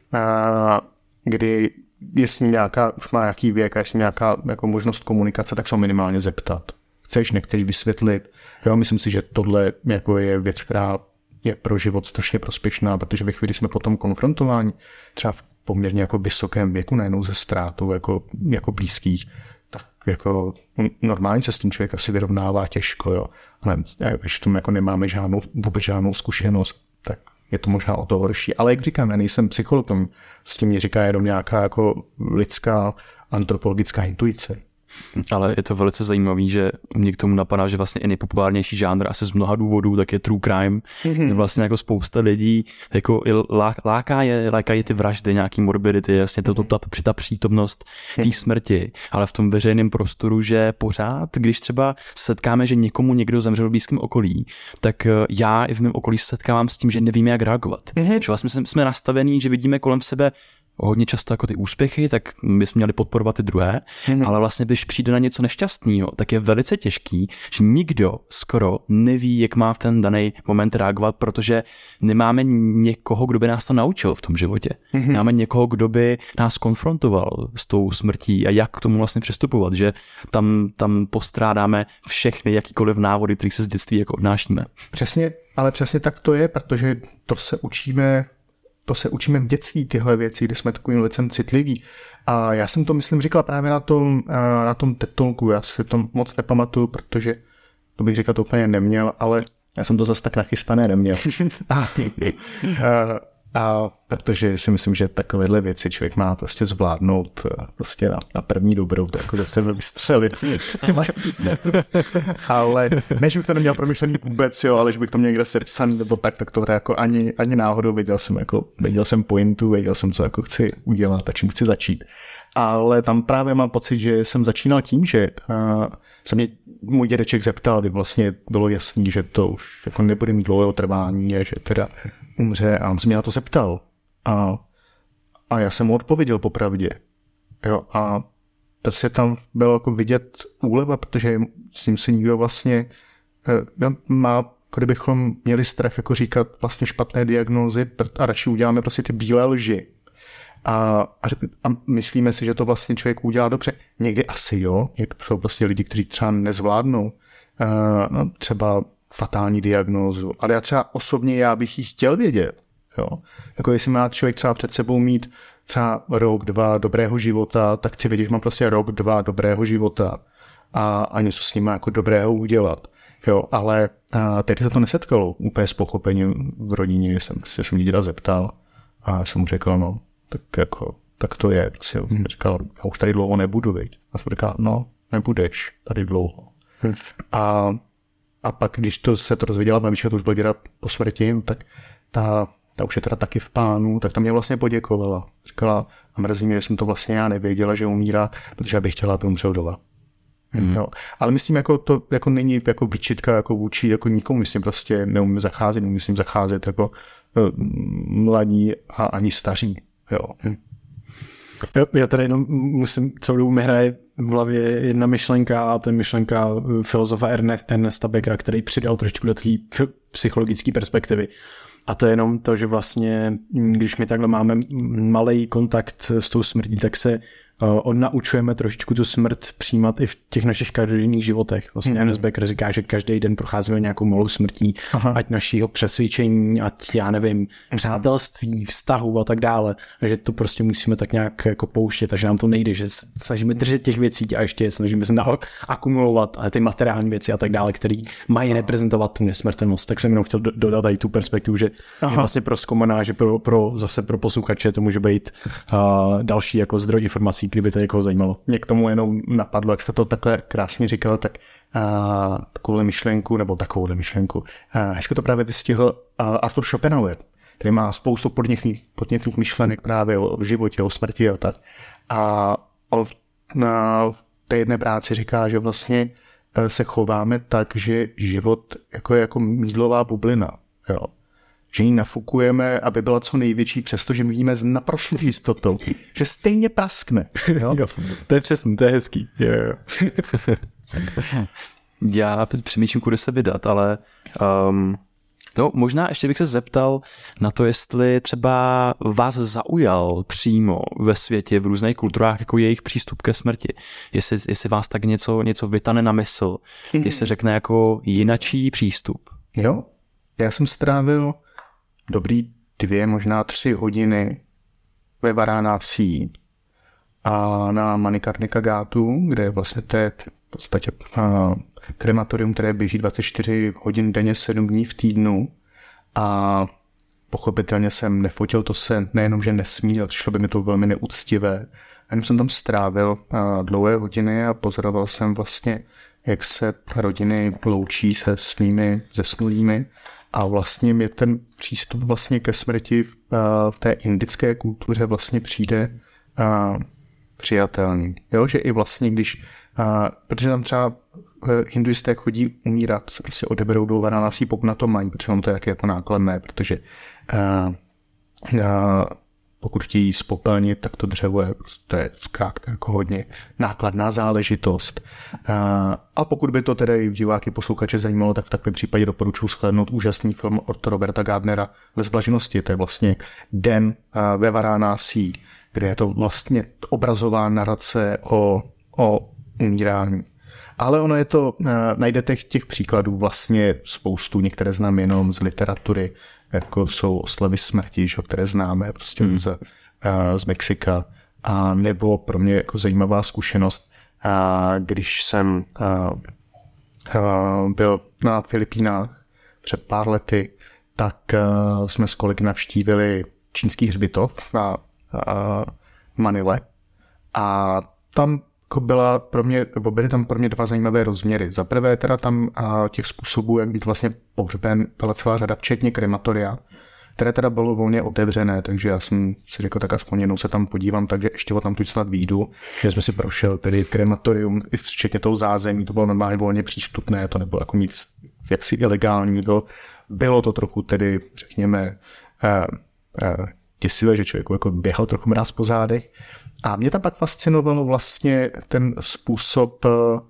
kdy jestli už má nějaký věk a jestli nějaká jako možnost komunikace, tak se minimálně zeptat. Chceš, nechceš vysvětlit. Jo, myslím si, že tohle jako je věc, která je pro život strašně prospěšná, protože ve chvíli jsme potom konfrontováni, třeba v poměrně jako vysokém věku, nejenom ze ztrátou jako blízkých, tak jako normálně se s tím člověk asi vyrovnává těžko, jo. Ale když tomu jako nemáme vůbec žádnou zkušenost, tak je to možná o to horší. Ale jak říkám, já nejsem psycholog, s tím mě říká jenom nějaká jako lidská antropologická intuice. Ale je to velice zajímavý, že mě k tomu napadá, že vlastně i nejpopulárnější žánr asi z mnoha důvodů, tak je true crime. Vlastně jako spousta lidí jako lákají ty vraždy, nějaký morbidity, jasně ta přítomnost té smrti, ale v tom veřejném prostoru, že pořád, když třeba setkáme, že někdo zemřel v blízkém okolí, tak já i v mém okolí se setkávám s tím, že nevíme, jak reagovat. Že vlastně jsme nastavení, že vidíme kolem sebe hodně často jako ty úspěchy, tak bychom měli podporovat ty druhé, ale vlastně když přijde na něco nešťastného, tak je velice těžký, že nikdo skoro neví, jak má v ten daný moment reagovat, protože nemáme někoho, kdo by nás to naučil v tom životě. Nemáme někoho, kdo by nás konfrontoval s tou smrtí a jak k tomu vlastně přistupovat, že tam postrádáme všechny jakýkoliv návody, které se z dětství jako odnášíme. Přesně, ale přesně tak to je, protože to se učíme v dětství, tyhle věci, kdy jsme takovým lecem citliví. A já jsem to, myslím, říkal právě na tom TED Talku. Já si to moc nepamatuju, protože to bych říkat úplně neměl, ale já jsem to zase tak nachystané neměl. A protože si myslím, že takovéhle věci člověk má prostě zvládnout prostě na první dobrou, to jako zase vystřelit. Ale ne, že bych to neměl promyšlený vůbec, jo, ale že bych to měl někde sepsaný nebo tak to jako ani náhodou věděl jsem pointu, věděl jsem, co jako chci udělat a čím chci začít. Ale tam právě mám pocit, že jsem začínal tím, že se mě můj dědeček zeptal, kdy vlastně bylo jasný, že to už jako nebude mít dlouhého trvání a že teda umře a on se mě na to zeptal. A já jsem mu odpověděl popravdě. Jo, a to se tam bylo jako vidět úleva, protože s tím se nikdo vlastně má, kdybychom měli strach jako říkat vlastně špatné diagnózy a radši uděláme prostě ty bílé lži. A myslíme si, že to vlastně člověk udělá dobře. Někdy asi jo, jsou prostě lidi, kteří třeba nezvládnou třeba fatální diagnózu, ale já třeba osobně bych ji chtěl vědět. Jo? Jako jestli má člověk třeba před sebou mít třeba rok, 2 dobrého života, tak chci vědět, že mám prostě rok, 2 dobrého života a něco s ním má jako dobrého udělat. Jo, ale teď se to nesetkalo úplně s pochopením v rodině, že jsem děda zeptal a jsem mu řekl, no, tak to je. Říkal, já už tady dlouho nebudu, viď? A jsem říkal, no, nebudeš tady dlouho. A pak, když se to rozvěděla babička, to už byl děda po smrti, tak ta už je teda taky v pánu, tak ta mě vlastně poděkovala. Říkala, a mrzí mě, že jsem to vlastně já nevěděla, že umírá, protože já bych chtěla, aby umřel doma. Jo. Ale myslím, jako to jako není jako výčitka jako vůči jako nikomu, myslím prostě neumím zacházet jako mladí a ani staří. Jo. Já tady jenom musím, celou dobu mi hraje v hlavě jedna myšlenka a to je myšlenka filozofa Ernesta Beckera, který přidal trošičku do té psychologické perspektivy. A to je jenom to, že vlastně, když my takhle máme malej kontakt s tou smrtí, tak se odnaučujeme trošičku tu smrt přijímat i v těch našich každodenních životech. Vlastně Ernest Becker říká, že každý den procházíme nějakou malou smrtí, ať našího přesvědčení, ať já nevím, přátelství, vztahu a tak dále. A že to prostě musíme tak nějak jako pouštět a že nám to nejde, že snažíme držet těch věcí a ještě snažíme se akumulovat ale ty materiální věci a tak dále, které mají reprezentovat tu nesmrtelnost. Tak jsem jenom chtěl dodat tady tu perspektivu, že je vlastně prozkoumaná, že zase pro posluchače to může být další jako zdroj informací, kdyby to někoho zajímalo. Mě k tomu jenom napadlo, jak jste to takhle krásně říkal, tak takovouhle myšlenku. Hezky to právě vystihl Arthur Schopenhauer, který má spoustu podnětných myšlenek právě o životě, o smrti a tak. A on v té jedné práci říká, že vlastně se chováme tak, že život je jako mýdlová bublina. Jo. Že ji nafukujeme, aby byla co největší, přestože my víme s naprostou jistotou, že stejně praskne. Jo? To je přesně, to je hezký. Jo. Já teď přemýšlím, kudy se vydat, ale možná ještě bych se zeptal na to, jestli třeba vás zaujal přímo ve světě, v různých kulturách, jako jejich přístup ke smrti. Jestli vás tak něco vytane na mysl, jestli řekne jako jinačí přístup. Jo, já jsem strávil dobrý 2, možná 3 hodiny ve Varanasi a na Manikarnika Gátu, kde vlastně to je v podstatě krematorium, které běží 24 hodin denně, 7 dní v týdnu a pochopitelně jsem nefotil, to se nejenom, že nesmí, ale přišlo by mi to velmi neúctivé. Jenom jsem tam strávil dlouhé hodiny a pozoroval jsem vlastně, jak se rodiny loučí se svými zesnulými. A vlastně mi ten přístup vlastně ke smrti v té indické kultuře vlastně přijde přijatelný. Jo, že i vlastně když, protože tam třeba hinduisté chodí umírat, se prostě odeberou do Varanasi, pokud na to mají, protože on to je jako nákladné, protože pokud chtějí spopelnit, tak to dřevo je prostě zkrátka jako hodně nákladná záležitost. A pokud by to tedy diváky posluchače zajímalo, tak v takovém případě doporučuji shlédnout úžasný film od Roberta Gardnera Les blaženosti. To je vlastně den ve Varanasi, kde je to vlastně obrazová narace o umírání. Ale ono je to, najdete těch příkladů vlastně spoustu, některé znám jenom z literatury, jako jsou oslavy smrti, které známe prostě z Mexika. A nebo pro mě jako zajímavá zkušenost, když jsem byl na Filipínách před pár lety, tak jsme s kolegy navštívili čínský hřbitov na Manile a tam byly tam pro mě dva zajímavé rozměry. Za prvé teda tam těch způsobů, jak být vlastně pohřben, byla celá řada, včetně krematoria, které teda bylo volně otevřené, takže já jsem si řekl, tak aspoň jednou se tam podívám, takže ještě tam tu snad výjdu, že jsme si prošel tedy krematorium, včetně toho zázemí, to bylo normálně volně přístupné, to nebylo jako nic jaksi ilegálního, bylo to trochu tedy, řekněme, děsivé, že člověk jako běhal trochu mráz po zádech. A mě tam pak fascinovalo vlastně ten způsob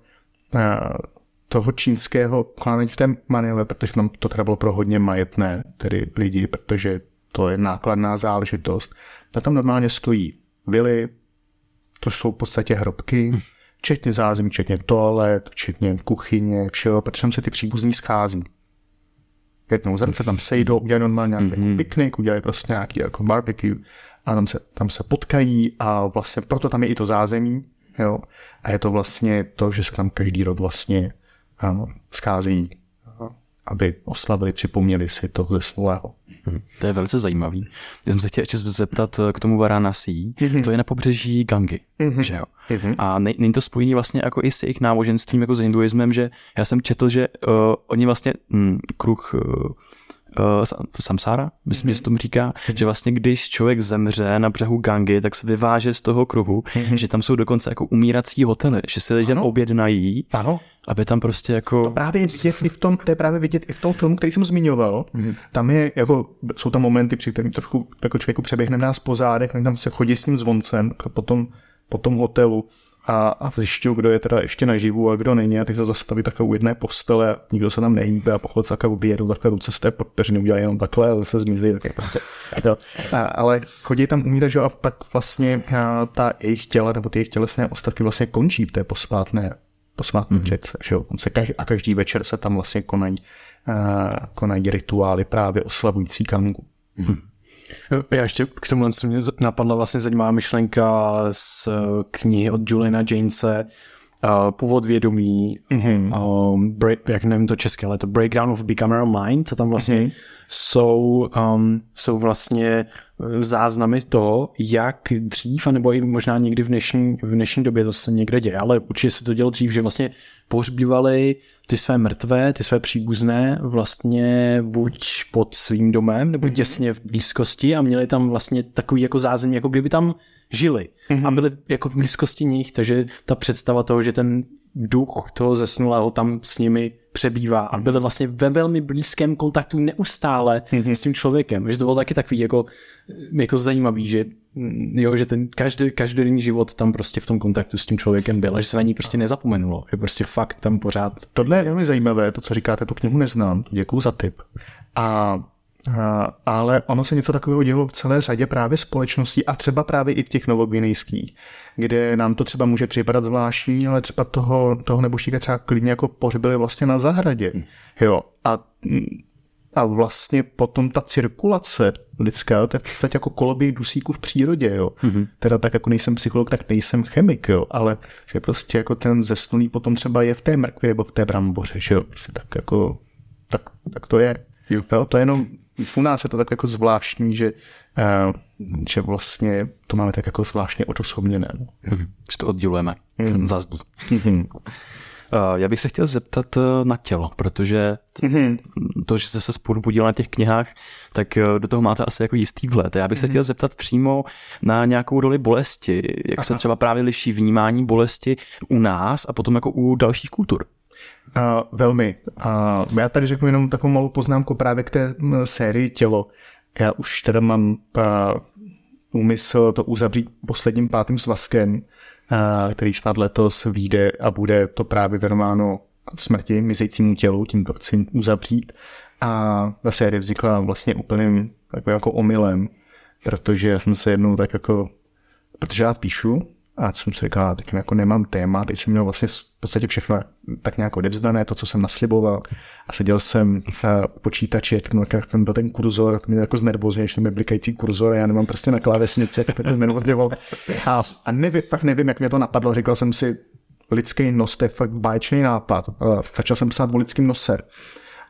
toho čínského klání v té Manile, protože tam to teda bylo pro hodně majetné tedy lidi, protože to je nákladná záležitost. A tam normálně stojí vily, to jsou v podstatě hrobky, včetně zázemí, včetně toalet, včetně kuchyně, všeho, protože tam se ty příbuzní schází. Jednou se tam sejdou, udělají normálně nějaký piknik, udělají prostě nějaký jako barbecue a tam se potkají a vlastně proto tam je i to zázemí, jo. A je to vlastně to, že se tam každý rok vlastně schází, aby oslavili, připomněli si tohle svého. To je velice zajímavý. Já jsem se chtěl ještě zeptat k tomu Varanasi. To je na pobřeží Gangy, že jo? A není to spojený vlastně jako i s jejich náboženstvím, jako s hinduismem, že já jsem četl, že oni vlastně kruh samsára, myslím, že se tomu říká, že vlastně když člověk zemře na břehu Gangy, tak se vyváže z toho kruhu, že tam jsou dokonce jako umírací hotely, že se lidem objednají, aby tam prostě jako... To je právě vidět i v tom filmu, který jsem zmiňoval. Tam je jako, jsou tam momenty, při kterým trošku jako člověku přeběhne nás po zádech, tam se chodí s tím zvoncem po tom hotelu a zjišťují, kdo je teda ještě naživu a kdo není, a ty se zastaví takhle u jedné postele, nikdo se tam nehýbe a pochod takhle obědou, takhle ruce se té podpeřiny udělají jenom takhle a zase zmizí. Ale chodí tam umírat, že a pak vlastně ta jejich těla nebo ty jejich tělesné ostatky vlastně končí v té posvátné řece. A každý večer se tam vlastně konají rituály právě oslavující Gangu. Já ještě k tomu mě napadla vlastně zajímavá myšlenka z knihy od Juliana Janese, Původ vědomí, jak nevím to české, ale to Breakdown of Bicameral Mind, co tam vlastně jsou vlastně záznamy toho, jak dřív, anebo i možná někdy v dnešní době to se někde děje, ale určitě se to dělo dřív, že vlastně pohřbívali ty své mrtvé, ty své příbuzné vlastně buď pod svým domem, nebo těsně v blízkosti a měli tam vlastně takový jako zázemí, jako kdyby tam žili a byli jako v blízkosti nich, takže ta představa toho, že ten duch toho zesnulého tam s nimi přebývá a byli vlastně ve velmi blízkém kontaktu neustále s tím člověkem, že to bylo taky takový jako zajímavý, že ten každodenní život tam prostě v tom kontaktu s tím člověkem byl a že se na ní prostě nezapomenulo, že prostě fakt tam pořád. Tohle je velmi zajímavé, to, co říkáte, tu knihu neznám, děkuju za tip. Ale ono se něco takového dělo v celé řadě právě společností a třeba právě i v těch novoguinejských, kde nám to třeba může připadat zvláštní, ale třeba toho nebožtíka třeba klidně jako pohřbili vlastně na zahradě. Jo. A vlastně potom ta cirkulace lidská, to je v podstatě jako koloběh dusíků v přírodě, jo. Teda tak jako nejsem psycholog, tak nejsem chemik, jo, ale že prostě jako ten zesnulý potom třeba je v té mrkvi nebo v té bramboře, že jo. Tak jako, tak to je. Jo, to je jenom, u nás je to tak jako zvláštní, že vlastně to máme tak jako zvláštně odosobněné. Že to oddělujeme, za zdí. Já bych se chtěl zeptat na tělo, protože to, že jste se spolu podílel na těch knihách, tak do toho máte asi jako jistý vhled. Já bych se chtěl zeptat přímo na nějakou roli bolesti, jak se třeba právě liší vnímání bolesti u nás a potom jako u dalších kultur. Velmi. Já tady řeknu jenom takovou malou poznámku právě k té sérii Tělo. Já už teda mám úmysl to uzavřít posledním 5. svazkem, který snad letos vyjde a bude to právě věnováno smrti, mizejícímu tělu, tím to chci uzavřít. A ta série vznikla vlastně úplným jako omylem, protože já jsem se jednou tak jako, protože já píšu, a jsem si říkal, tak jako nemám téma, teď jsem měl vlastně v podstatě všechno tak nějak odevzdané, to, co jsem nasliboval. A seděl jsem v počítači, tam byl ten kurzor, to mě jako znervozně, že tam je blikající kurzor a já nemám prostě na klávesnici, tak mě znervozněval. A nevím, jak mě to napadlo, říkal jsem si, lidský nos, to je fakt báječný nápad. Začal jsem psát o lidském nose.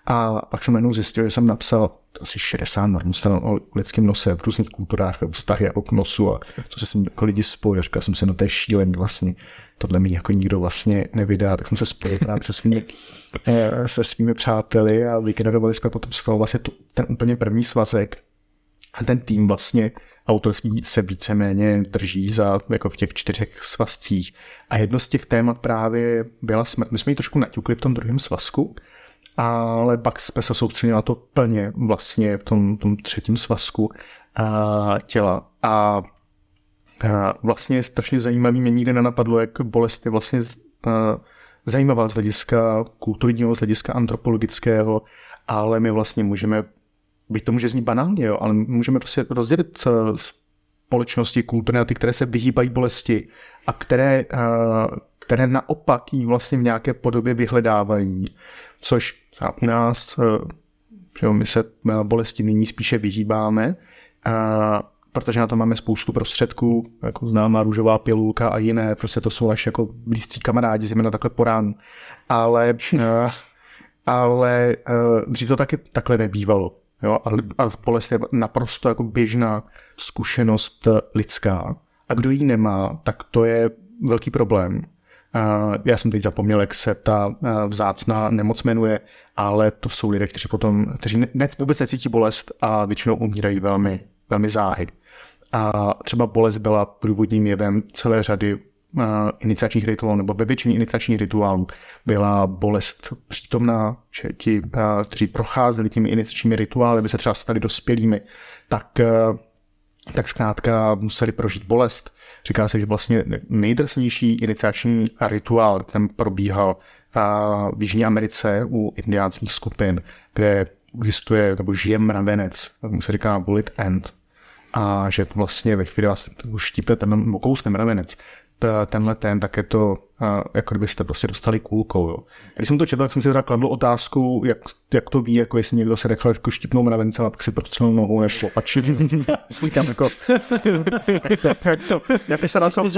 A pak jsem najednou zjistil, že jsem napsal asi 60 norm o lidském nose v různých kulturách, vztahy jako k nosu a co se s ním jako lidi spojí. Říkal jsem si, no to je šílený vlastně, tohle mi jako nikdo vlastně nevydá, tak jsme se spojili právě se svými přáteli a vygenerovali jsme potom vlastně ten úplně první svazek. A ten tým vlastně autorský se víceméně drží jako v těch 4 svazcích. A jedno z těch témat právě byla smrt. My jsme ji trošku naťukli v tom druhém svazku, ale pak jsme se soustředili na to plně vlastně v tom 3. svazku těla. A vlastně je strašně zajímavý, mě nikdy nenapadlo, jak bolest je vlastně zajímavá z hlediska kulturního, z hlediska antropologického, ale my vlastně můžeme, byť to může znít banálně, jo, ale můžeme prostě rozdělit společnosti, kultury na ty, které se vyhýbají bolesti a které naopak jí vlastně v nějaké podobě vyhledávají, což u nás, že my se bolesti nyní spíše vyhýbáme, protože na to máme spoustu prostředků, jako známá růžová pilulka a jiné, prostě to jsou až jako blízcí kamarádi, zejména takhle po ránu. Ale dřív to taky takhle nebývalo. Jo? A bolest je naprosto jako běžná zkušenost lidská. A kdo ji nemá, tak to je velký problém. Já jsem teď zapomněl, jak se ta vzácná nemoc jmenuje, ale to jsou lidé, kteří vůbec necítí bolest a většinou umírají velmi, velmi záhy. A třeba bolest byla průvodním jevem celé řady iniciačních rituálů, nebo ve většině iniciačních rituálů byla bolest přítomná, že ti, kteří procházeli těmi iniciačními rituály, by se třeba stali dospělými, tak zkrátka museli prožít bolest. Říká se, že vlastně nejdrsnější iniciační rituál, ten probíhal v Jižní Americe u indiánských skupin, kde existuje nebo žije mravenec, mu se říká bullet ant. A že vlastně ve chvíli vás štípe ten kousne mravenec, tak je to, jako kdybyste prostě dostali kulkou. Jo. Když jsem to četl, tak jsem si teda kladl otázku, jak to ví, jako jestli někdo se nechal jako štipnou mravencem a pak si prostřelil nohou nebo pačil. Říkám jako... Jak se na co...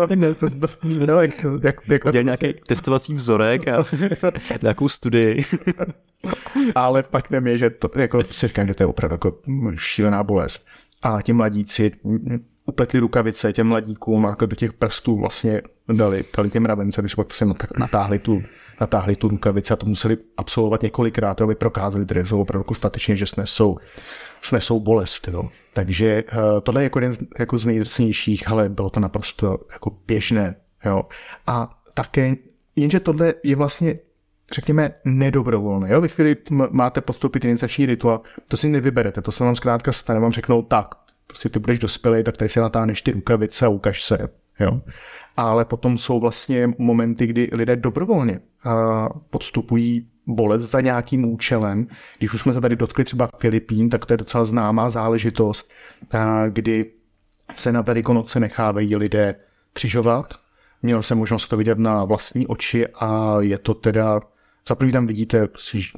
Dělal nějaký testovací vzorek a nějakou studii. Ale pak je, že to, jako si říkám, že to je opravdu jako šílená bolest. A ti mladíci upletli rukavice těm mladíkům a do těch prstů vlastně dali těm mravence, když pak natáhli tu rukavici a to museli absolvovat několikrát, aby prokázali, že jsou opravdu statečně, že snesou bolest. Jo. Takže tohle je jako jeden z nejdrsnějších, ale bylo to naprosto jako běžné. Jo. A také, jenže tohle je vlastně, řekněme, nedobrovolné. Jo? Vy chvíli máte podstoupit iniciační rituál, to si nevyberete, to se vám zkrátka stane, vám řeknou tak, prostě ty budeš dospělý, tak tady si natáhneš ty rukavice a ukaž se. Jo? Ale potom jsou vlastně momenty, kdy lidé dobrovolně podstupují bolest za nějakým účelem. Když už jsme se tady dotkli třeba Filipín, tak to je docela známá záležitost, kdy se na Velikonoce nechávají lidé křižovat. Měl jsem možnost to vidět na vlastní oči a je to teda, za první tam vidíte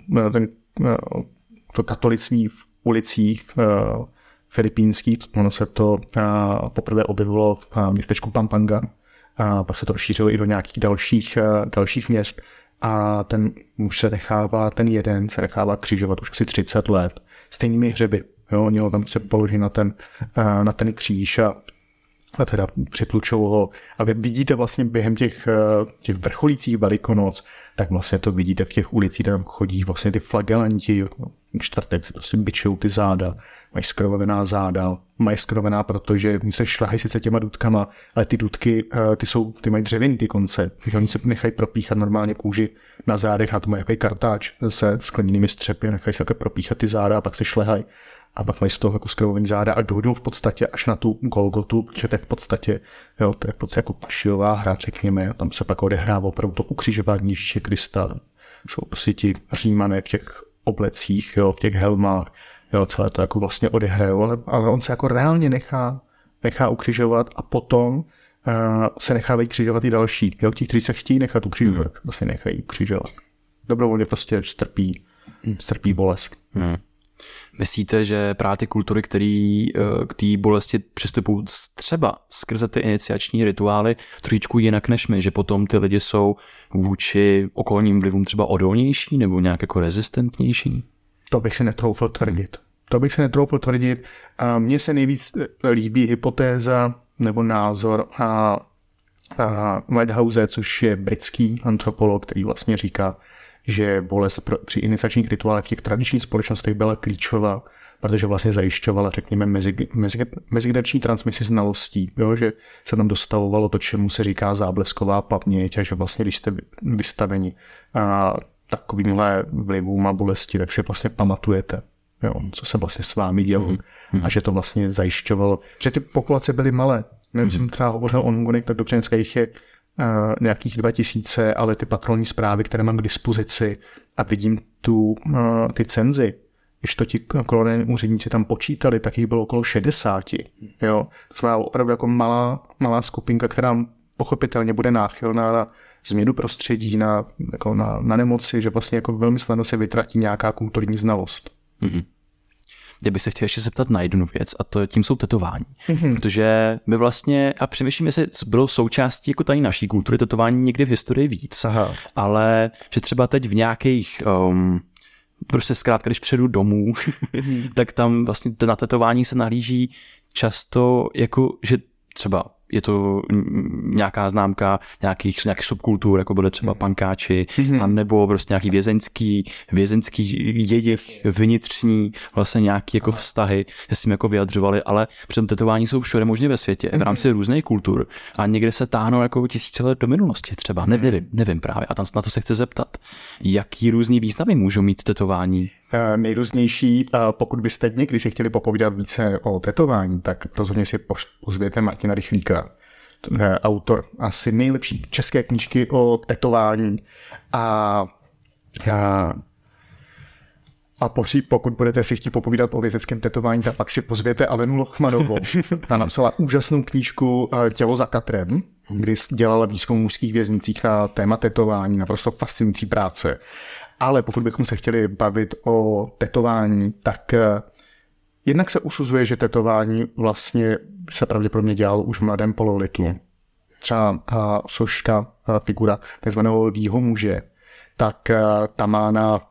to katolictví v ulicích filipínských, ono se to poprvé objevilo v městečku Pampanga, a pak se to rozšířilo i do nějakých dalších měst a ten muž se nechává křižovat už asi 30 let stejnými hřeby. Jo, oni ho tam se položí na ten kříž a teda přitlučou ho. A vy vidíte vlastně během těch vrcholících Velikonoc, tak vlastně to vidíte v těch ulicích, tam chodí vlastně ty flagelanti, čtvrtek si prostě bičujou ty záda, mají skrovená záda, mají skrovená, protože oni se šlahají sice těma dudkama, ale ty dudky, ty mají dřevěný ty konce, takže oni se nechají propíchat normálně kůži na zádech a to mají jaký kartáč se skleněnými střepy, nechají se také propíchat ty záda a pak se šlehají. A pak mají z toho jako skrovovaný záda a dojdou v podstatě až na tu Golgotu, protože to je v podstatě, jo, to je v podstatě jako pašiová hra, řekněme, tam se pak odehrává opravdu to ukřižování Ježíše Krista. Jsou prostě ti Římané v těch oblecích, jo, v těch helmách, jo, celé to jako vlastně odehrajou, ale on se jako reálně nechá ukřižovat a potom se nechávají křižovat i další, jo, ti, kteří se chtějí nechat ukřižovat, vlastně nechají ukřižovat. Dobrovolně prostě strpí bolest. Myslíte, že právě ty kultury, které k té bolesti přistupují třeba skrze ty iniciační rituály trošičku jinak než my, že potom ty lidi jsou vůči okolním vlivům třeba odolnější nebo nějak jako rezistentnější? To bych si netroufl tvrdit. Mně se nejvíc líbí hypotéza nebo názor Whitehouse, což je britský antropolog, který vlastně říká, že bolest při iniciačních rituálech v těch tradičních společnostech byla klíčová, protože vlastně zajišťovala, řekněme, mezigenerační transmisi znalostí, jo? Že se tam dostavovalo to, čemu se říká záblesková paměť, a že vlastně, když jste vystaveni takovýmhle vlivům a bolesti, tak si vlastně pamatujete, jo? Co se vlastně s vámi dělo, a že to vlastně zajišťovalo, že ty populace byly malé. Když jsem třeba hovořil o Ngunech, tak dobře, dneska jich je nějakých 2000, ale ty patrolní zprávy, které mám k dispozici a vidím ty cenzy, když to ti koloniální úředníci tam počítali, tak jich bylo okolo 60. Jo? To znamená opravdu jako malá skupinka, která pochopitelně bude náchylná na změnu prostředí, na nemoci, že vlastně jako velmi snadno se vytratí nějaká kulturní znalost. Mm-hmm. Já bych se chtěl ještě zeptat na jednu věc, a to tím jsou tetování. Protože my vlastně, a přemýšlím, jestli bylo součástí jako tady naší kultury tetování někdy v historii víc, ale že třeba teď v nějakých, prostě zkrátka, když přijedu domů, tak tam vlastně na tetování se nahlíží často jako, že třeba je to nějaká známka nějakých subkultur, jako byly třeba pankáči, nebo prostě nějaký vězeňský jejich vnitřní vlastně nějaký jako vztahy se s tím jako vyjadřovali, ale přitom tetování jsou všude možně ve světě, v rámci různých kultur a někde se táhnou jako tisíce let do minulosti třeba, nevím právě, a tam na to se chci zeptat, jaký různý významy můžou mít tetování? Nejrůznější, pokud byste někdy si chtěli popovídat více o tetování, tak rozhodně si pozvěte Martina Rychlíka, autor asi nejlepší české knížky o tetování a pokud budete si chtít popovídat o vězeňském tetování, tak pak si pozvěte Alenu Lochmanovou. Ta napsala úžasnou knížku Tělo za katrem, kdy dělala výzkum v mužských věznicích na téma tetování, naprosto fascinující práce. Ale pokud bychom se chtěli bavit o tetování, tak jednak se usuzuje, že tetování vlastně se pravděpodobně dělalo už v mladém pololitu. Třeba soška, figura takzvaného lvího muže, tak ta má na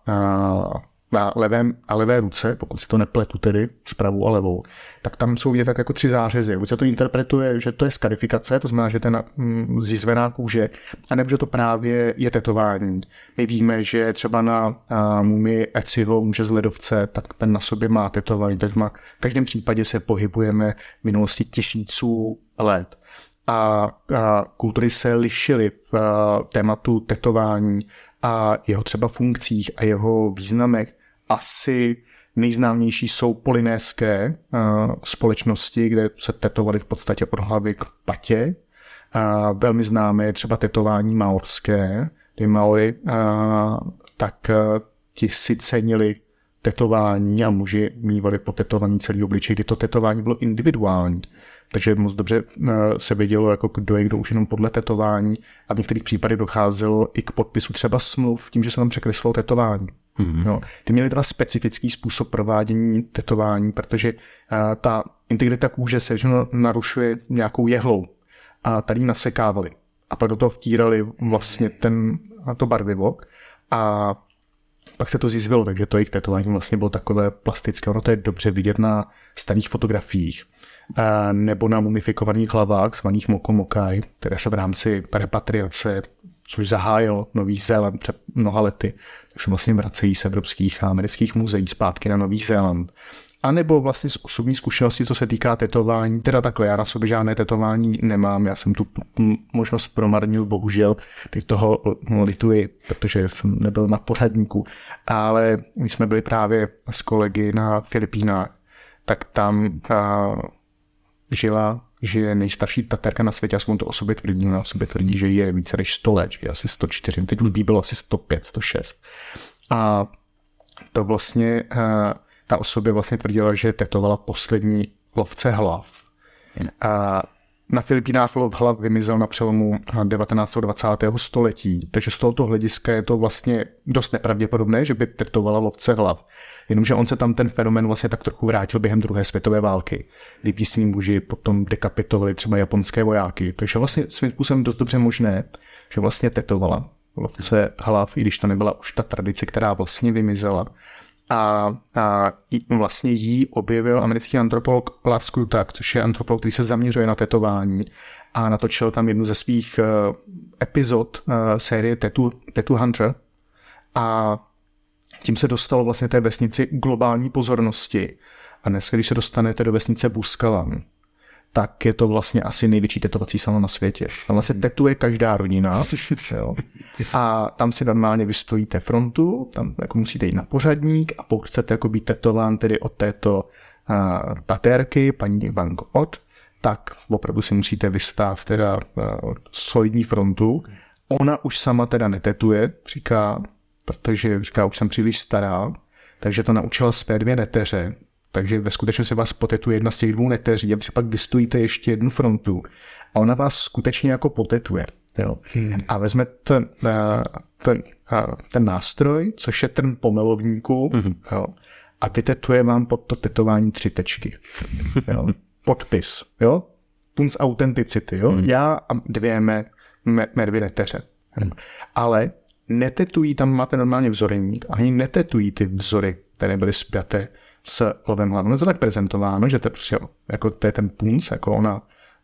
levé ruce, pokud si to nepletu tedy s pravou a levou, tak tam jsou vidět tak jako 3 zářezy. Buď se to interpretuje, že to je skarifikace, to znamená, že to je zjizvená kůže, anebo že to právě je tetování. My víme, že třeba na mumii Eciho, muže z ledovce, tak ten na sobě má tetování. V každém případě se pohybujeme v minulosti tisíců let. A kultury se lišily v tématu tetování a jeho třeba funkcích a jeho významech. Asi nejznámější jsou polynéské společnosti, kde se tetovali v podstatě od hlavy k patě. Velmi známé je třeba tetování maorské, kdy Maori tak ti si cenili tetování a muži mívali potetovaný celý obličej, kdy to tetování bylo individuální. Takže moc dobře se vědělo, jako kdo je kdo už jenom podle tetování a v některých případech docházelo i k podpisu třeba smluv tím, že se tam překreslilo tetování. No, ty měli teda specifický způsob provádění tetování, protože ta integrita kůže se narušuje nějakou jehlou a tady nasekávali a pak do toho vtírali vlastně to barvivo a pak se to zjizvilo, takže to jejich tetování vlastně bylo takové plastické. Ono to je dobře vidět na starých fotografiích nebo na mumifikovaných hlavách, zvaných mokomokaj, které se v rámci repatriace, což zahájil Nový Zéland před mnoha lety, tak se vlastně vracejí z evropských a amerických muzeí zpátky na Nový Zéland. A nebo vlastně z osobní zkušenosti, co se týká tetování, teda takhle, já na sobě žádné tetování nemám, já jsem tu možnost promarnil, bohužel, teď toho lituji, žije nebyl na pořadníku, ale my jsme byli právě s kolegy na Filipínách, tak tam žije nejstarší Tatarka na světě, aspoň to o sobě tvrdí, že je více než 100 let, že je asi 104, teď už by bylo asi 105, 106. A to vlastně, ta osoba vlastně tvrdila, že tetovala poslední lovce hlav. A na Filipínách lov hlav vymizel na přelomu 19. a 20. století, takže z tohoto hlediska je to vlastně dost nepravděpodobné, že by tetovala lovce hlav. Jenomže on se tam ten fenomén vlastně tak trochu vrátil během druhé světové války, kdy písní muži potom dekapitovali třeba japonské vojáky. Takže vlastně svým způsobem dost dobře možné, že vlastně tetovala lovce hlav, i když to nebyla už ta tradice, která vlastně vymizela. A vlastně jí objevil americký antropolog Lars Klutak, což je antropolog, který se zaměřuje na tetování a natočil tam jednu ze svých epizod série Tattoo Hunter a tím se dostalo vlastně té vesnici globální pozornosti. A dnes, když se dostanete do vesnice Buskalan, tak je to vlastně asi největší tetovací salon na světě. Tam vlastně tetuje každá rodina. Jo. A tam si normálně vystojíte frontu, tam jako musíte jít na pořadník a pokud chcete jako být tetován tedy od této tatérky, paní Van Gogh, tak opravdu si musíte vystát teda solidní frontu. Ona už sama teda netetuje, říká, protože říká, už jsem příliš stará, takže to naučila své 2 neteře. Takže ve skutečnosti vás potetuje jedna z těch 2 neteří a vy si pak vystojíte ještě jednu frontu a ona vás skutečně jako potetuje. Jo. A vezme ten nástroj, což je ten pomelovníku, jo, a vytetuje vám pod to tetování 3 tečky. Jo. Podpis. Jo. Punc autenticity. Jo. Já a 2 mé 2 neteře. Ale netetují, tam máte normálně vzorník, a ani netetují ty vzory, které byly spjaté s lovem hlav. No je to tak prezentováno, že to je prostě jako to je ten punc, jako ona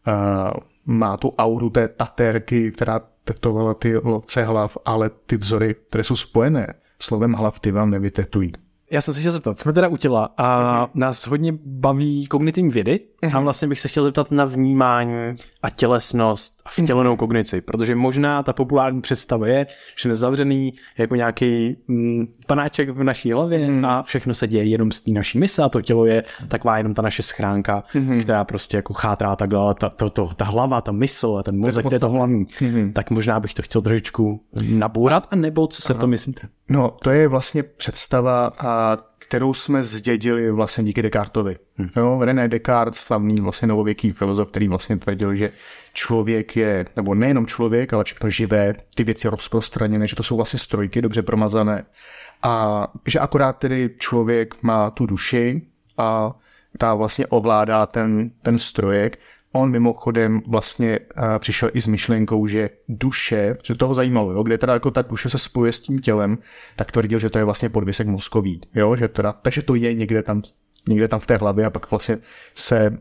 má tu auru té tatérky, která tetovala ty lovce hlav, ale ty vzory, které jsou spojené s lovem hlav, ty vám nevytetují. Já jsem se chtěl zeptat, jsme teda u těla a nás hodně baví kognitivní vědy a vlastně bych se chtěl zeptat na vnímání a tělesnost a vtělenou kognici, protože možná ta populární představa je, že je zavřený jako nějaký panáček v naší hlavě a všechno se děje jenom z té naší mysle a to tělo je taková jenom ta naše schránka, která prostě jako chátrá takhle, ale ta hlava, ta mysl a ten mozek, to je to hlavní. Tak možná bych to chtěl trošičku nabourat, a nebo co se to myslíte? No, to je vlastně představa, kterou jsme zdědili vlastně díky Descartovi. Jo, René Descartes, slavný vlastně novověký filozof, který vlastně tvrdil, že člověk je, nebo nejenom člověk, ale všechno živé, ty věci rozprostraněné, že to jsou vlastně strojky dobře promazané a že akorát tedy člověk má tu duši a ta vlastně ovládá ten strojek. On mimochodem vlastně přišel i s myšlenkou, že duše, že toho zajímalo, jo, kde teda jako ta duše se spojuje s tím tělem, tak tvrdil, že to je vlastně podvěsek mozkový, jo, že teda, takže to je někde tam v té hlavě a pak vlastně se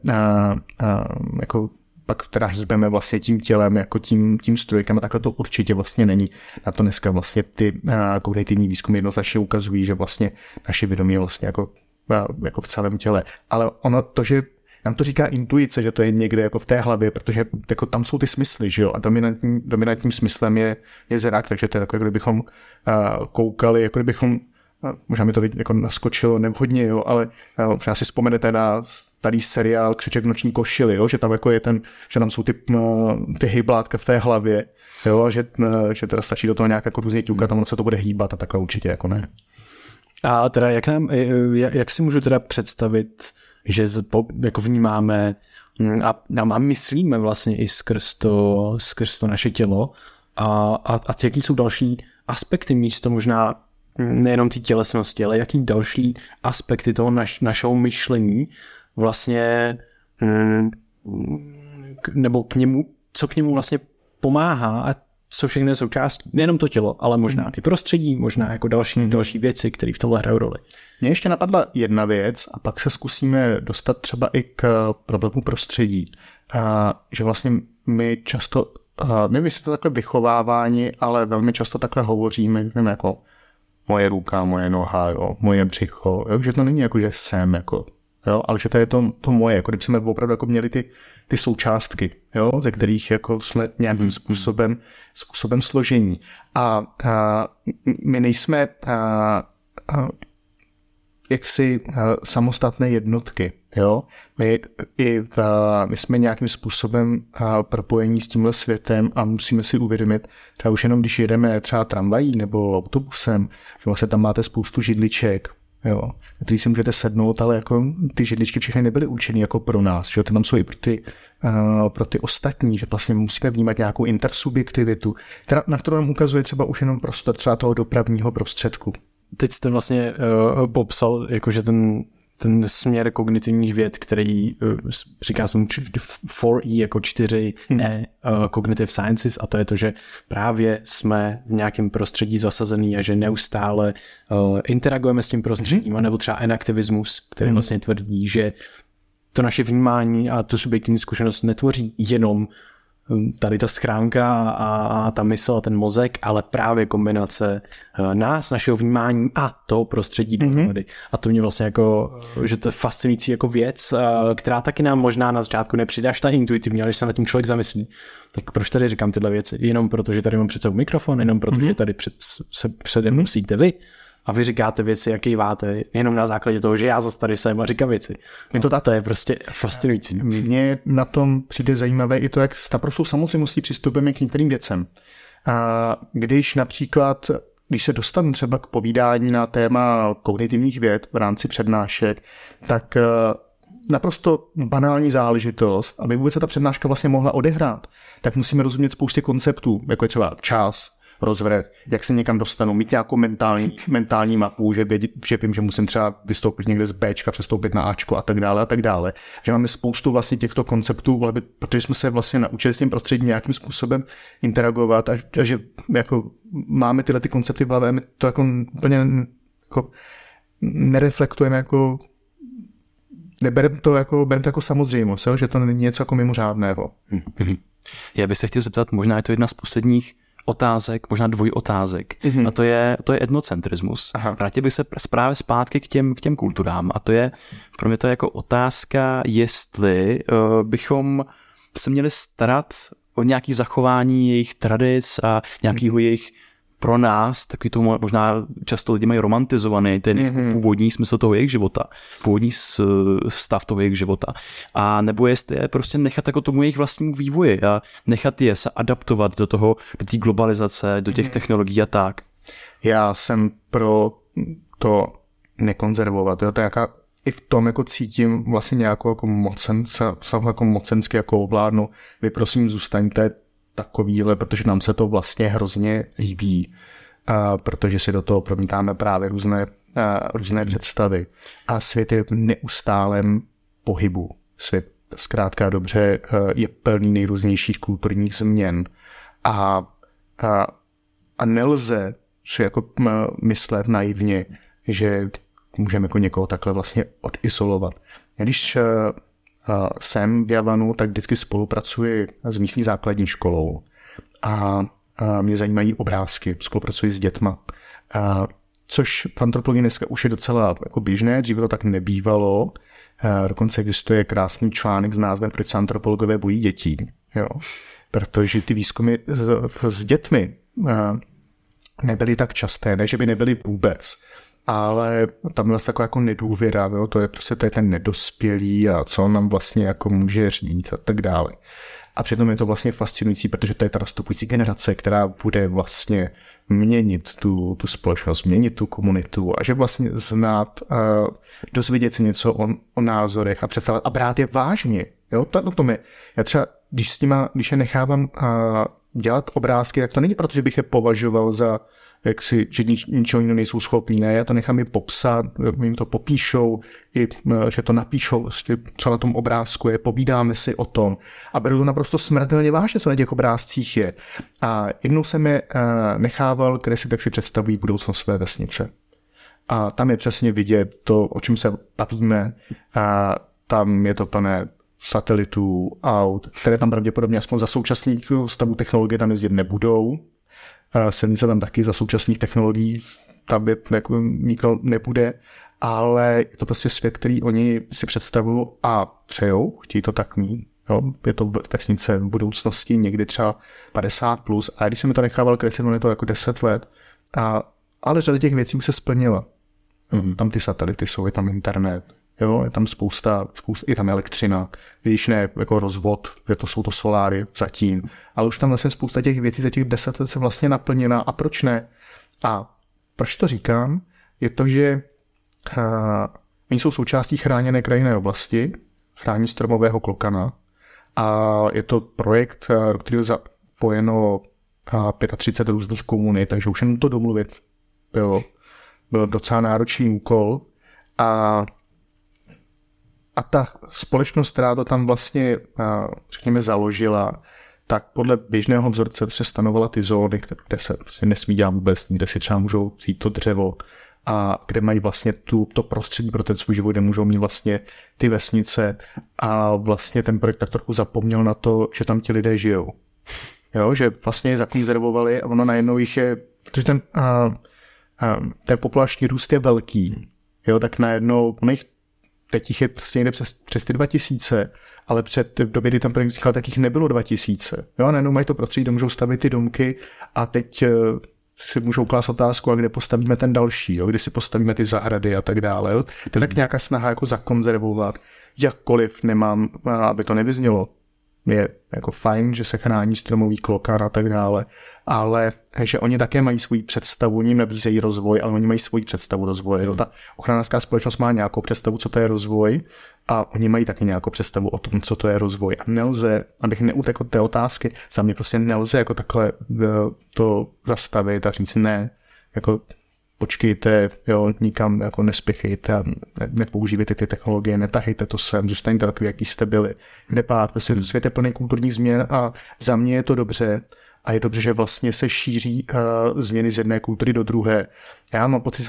jako pak teda hřbeme vlastně tím tělem, jako tím strojkem a takhle to určitě vlastně není. Na to dneska vlastně ty kognitivní výzkumy jednoznačně ukazují, že vlastně naše vědomí je vlastně jako v celém těle. Ale ono to, že nám to říká intuice, že to je někde jako v té hlavě, protože jako tam jsou ty smysly, že jo, a dominantním smyslem je zrak, takže to je jako kdybychom koukali, jako kdybychom, možná mi to jako naskočilo nevhodně, jo, ale možná si vzpomenete na starý seriál Křeček v noční košili, jo, že tam jako je že tam jsou ty hyblátka v té hlavě, jo, a že teda stačí do toho nějak jako různě ťukat, tam se to bude hýbat a takhle určitě jako ne. A teda jak si můžu teda představit, že jako vnímáme a myslíme vlastně i skrz to naše tělo a jaký jsou další aspekty místo možná nejenom té tělesnosti, ale jaký další aspekty toho našeho myšlení vlastně nebo co k němu vlastně pomáhá a co všechno je součástí. Nejenom to tělo, ale možná i prostředí, možná jako další věci, které v tomhle hrajou roli. Mně ještě napadla jedna věc a pak se zkusíme dostat třeba i k problému prostředí. Že vlastně my často, nevím, jestli to takhle vychovávání, ale velmi často takhle hovoříme, jako moje ruka, moje noha, jo, moje břicho, jo, že to není jako, že jsem, jako, jo, ale že to je to moje, jako kdyby jsme opravdu jako měli ty součástky, jo, ze kterých jako jsme nějakým způsobem složení. A my nejsme jaksi samostatné jednotky, jo. My jsme nějakým způsobem propojení s tímhle světem a musíme si uvědomit, třeba už jenom když jedeme třeba tramvají nebo autobusem, že vlastně tam máte spoustu židliček, jo, který si můžete sednout, ale jako ty židličky všechny nebyly určený jako pro nás, že ty tam jsou i pro ty ostatní, že vlastně musíme vnímat nějakou intersubjektivitu, na kterou nám ukazuje třeba už jenom prostor třeba toho dopravního prostředku. Teď jste vlastně popsal jakože ten směr kognitivních věd, který říká se mu 4E jako 4E Cognitive Sciences, a to je to, že právě jsme v nějakém prostředí zasazený a že neustále interagujeme s tím prostředím, nebo třeba enaktivismus, který vlastně tvrdí, že to naše vnímání a tu subjektivní zkušenost netvoří jenom tady ta schránka a ta mysl a ten mozek, ale právě kombinace nás, našeho vnímání a toho prostředí dohromady. A to mě vlastně jako, že to je fascinující jako věc, která taky nám možná na začátku nepřijde až tak intuitivně, ale když se nad tím člověk zamyslí, tak proč tady říkám tyhle věci? Jenom proto, že tady mám před sebou mikrofon, jenom proto, že tady přede musíte vy. A vy říkáte věci, jak jíváte, jenom na základě toho, že já zase tady jsem a říkám věci. To je prostě fascinující. Mně na tom přijde zajímavé i to, jak s naprostou samozřejmostí přistupujeme k některým věcem. A když například, když se dostanu třeba k povídání na téma kognitivních věd v rámci přednášek, tak naprosto banální záležitost, aby vůbec se ta přednáška vlastně mohla odehrát, tak musíme rozumět spoustě konceptů, jako je třeba čas, rozvrh, jak se někam dostanu, mít nějakou mentální mapu, že vím, že musím třeba vystoupit někde z Bčka, přestoupit na Ačko a tak dále. Že máme spoustu vlastně těchto konceptů, protože jsme se vlastně naučili s tím prostředím nějakým způsobem interagovat a že jako máme tyhle ty koncepty v hlavě, my to jako úplně jako nereflektujeme jako bereme to jako samozřejmost, že to není něco jako mimořádného. Já bych se chtěl zeptat, možná je to jedna z posledních otázek, možná dvojotázek. A to je etnocentrismus. Vrátil bych se právě zpátky k těm kulturám. A to je, pro mě to je jako otázka, jestli bychom se měli starat o nějaké zachování jejich tradic a nějakého jejich pro nás, takový to možná často lidi mají romantizovaný, ten původní smysl toho jejich života, původní stav toho jejich života. A nebo jestli je prostě nechat jako tomu jejich vlastnímu vývoji a nechat je se adaptovat do té globalizace, do těch technologií a tak. Já jsem pro to nekonzervovat. To je i v tom jako cítím vlastně nějakou jako mocensky jako ovládnu. Vy prosím zůstaňte takovýhle, protože nám se to vlastně hrozně líbí, protože si do toho promítáme právě různé představy. A svět je v neustálém pohybu. Svět zkrátka dobře je plný nejrůznějších kulturních změn. A nelze si jako myslet naivně, že můžeme jako někoho takhle vlastně odizolovat. Když jsem v Javanu, tak vždycky spolupracuji s místní základní školou a mě zajímají obrázky, spolupracuji s dětma, což v antropologii dneska už je docela jako běžné, dříve to tak nebývalo, dokonce existuje krásný článek s názvem Proč se antropologové bojí dětí, jo? Protože ty výzkumy s dětmi nebyly tak časté, ne že by nebyly vůbec, ale tam byla taková jako nedůvěra, jo? To je ten nedospělý a co on nám vlastně jako může říct a tak dále. A přitom je to vlastně fascinující, protože to je ta nastupující generace, která bude vlastně měnit tu společnost, měnit tu komunitu a že vlastně znát, dozvědět si něco o názorech a představit a brát je vážně. Jo? Já třeba, když je nechávám dělat obrázky, tak to není proto, že bych je považoval za že ničeho jiného nejsou schopní, ne, já to nechám je popsat, jim to popíšou, že to napíšou, co na tom obrázku je, povídáme si o tom a beru to naprosto smrtelně vážně, co na těch obrázcích je. A jednou jsem je nechával kreslit, jak si představují budoucnost své vesnice. A tam je přesně vidět to, o čem se bavíme, a tam je to plné satelitů, aut, které tam pravděpodobně aspoň za současných stavů technologie tam jezdit nebudou. Silnice tam taky za současných technologií, tam jako nikdo nebude, ale je to prostě svět, který oni si představují a přejou, chtějí to tak mít. Jo? Je to vesnice v budoucnosti, někdy třeba 50+, a když jsem mi to nechával kreslit, je to jako 10 let, ale řada těch věcí už se splnila. Tam ty satelity jsou, je tam internet, jo? Je tam spousta, je tam elektřina, když ne jako rozvod, jsou to soláry zatím, ale už tam vlastně spousta těch věcí za těch 10 let se vlastně naplnila a proč ne? A proč to říkám? Je to, že Oni jsou součástí chráněné krajinné oblasti, chrání stromového klokana a je to projekt, do kterého zapojeno 35 různých komunit, takže už jenom to domluvit byl docela náročný úkol a ta společnost, která to tam vlastně, řekněme, založila, tak podle běžného vzorce se stanovala ty zóny, kde se nesmí dělat vůbec, kde si třeba můžou vzít to dřevo a kde mají vlastně to prostředí pro ten svůj život, kde můžou mít vlastně ty vesnice a vlastně ten projekt tak trochu zapomněl na to, že tam ti lidé žijou. Jo, že vlastně je zakonzervovali a ono najednou jich je, protože ten populační růst je velký, jo, tak najednou, teď jich je prostě někde přes ty 2000, ale v době, kdy tam projekt vznikal, tak jich nebylo 2000. Jo, najednou mají to prostředí, kde můžou stavit ty domky a teď si můžou klást otázku, a kde postavíme ten další, jo, kde si postavíme ty zahrady a tak dále. Jo. To je tak nějaká snaha jako zakonzervovat, jakkoliv nemám, aby to nevyznělo. Je jako fajn, že se chrání stromový klokan a tak dále, ale že oni také mají svou představu, oni jim nabízejí rozvoj, ale oni mají svou představu rozvoje. Ta ochranářská společnost má nějakou představu, co to je rozvoj a oni mají taky nějakou představu o tom, co to je rozvoj. A nelze, abych neutekl od té otázky, za mě prostě nelze jako takhle to zastavit a říct ne, jako počkejte, jo, nikam jako nespěchejte a nepoužívejte ty technologie, netahejte to sem, zůstaňte takový, jaký jste byli. Kdepát, svět je plný kulturních změn a za mě je to dobře a je dobře, že vlastně se šíří změny z jedné kultury do druhé. Já mám pocit,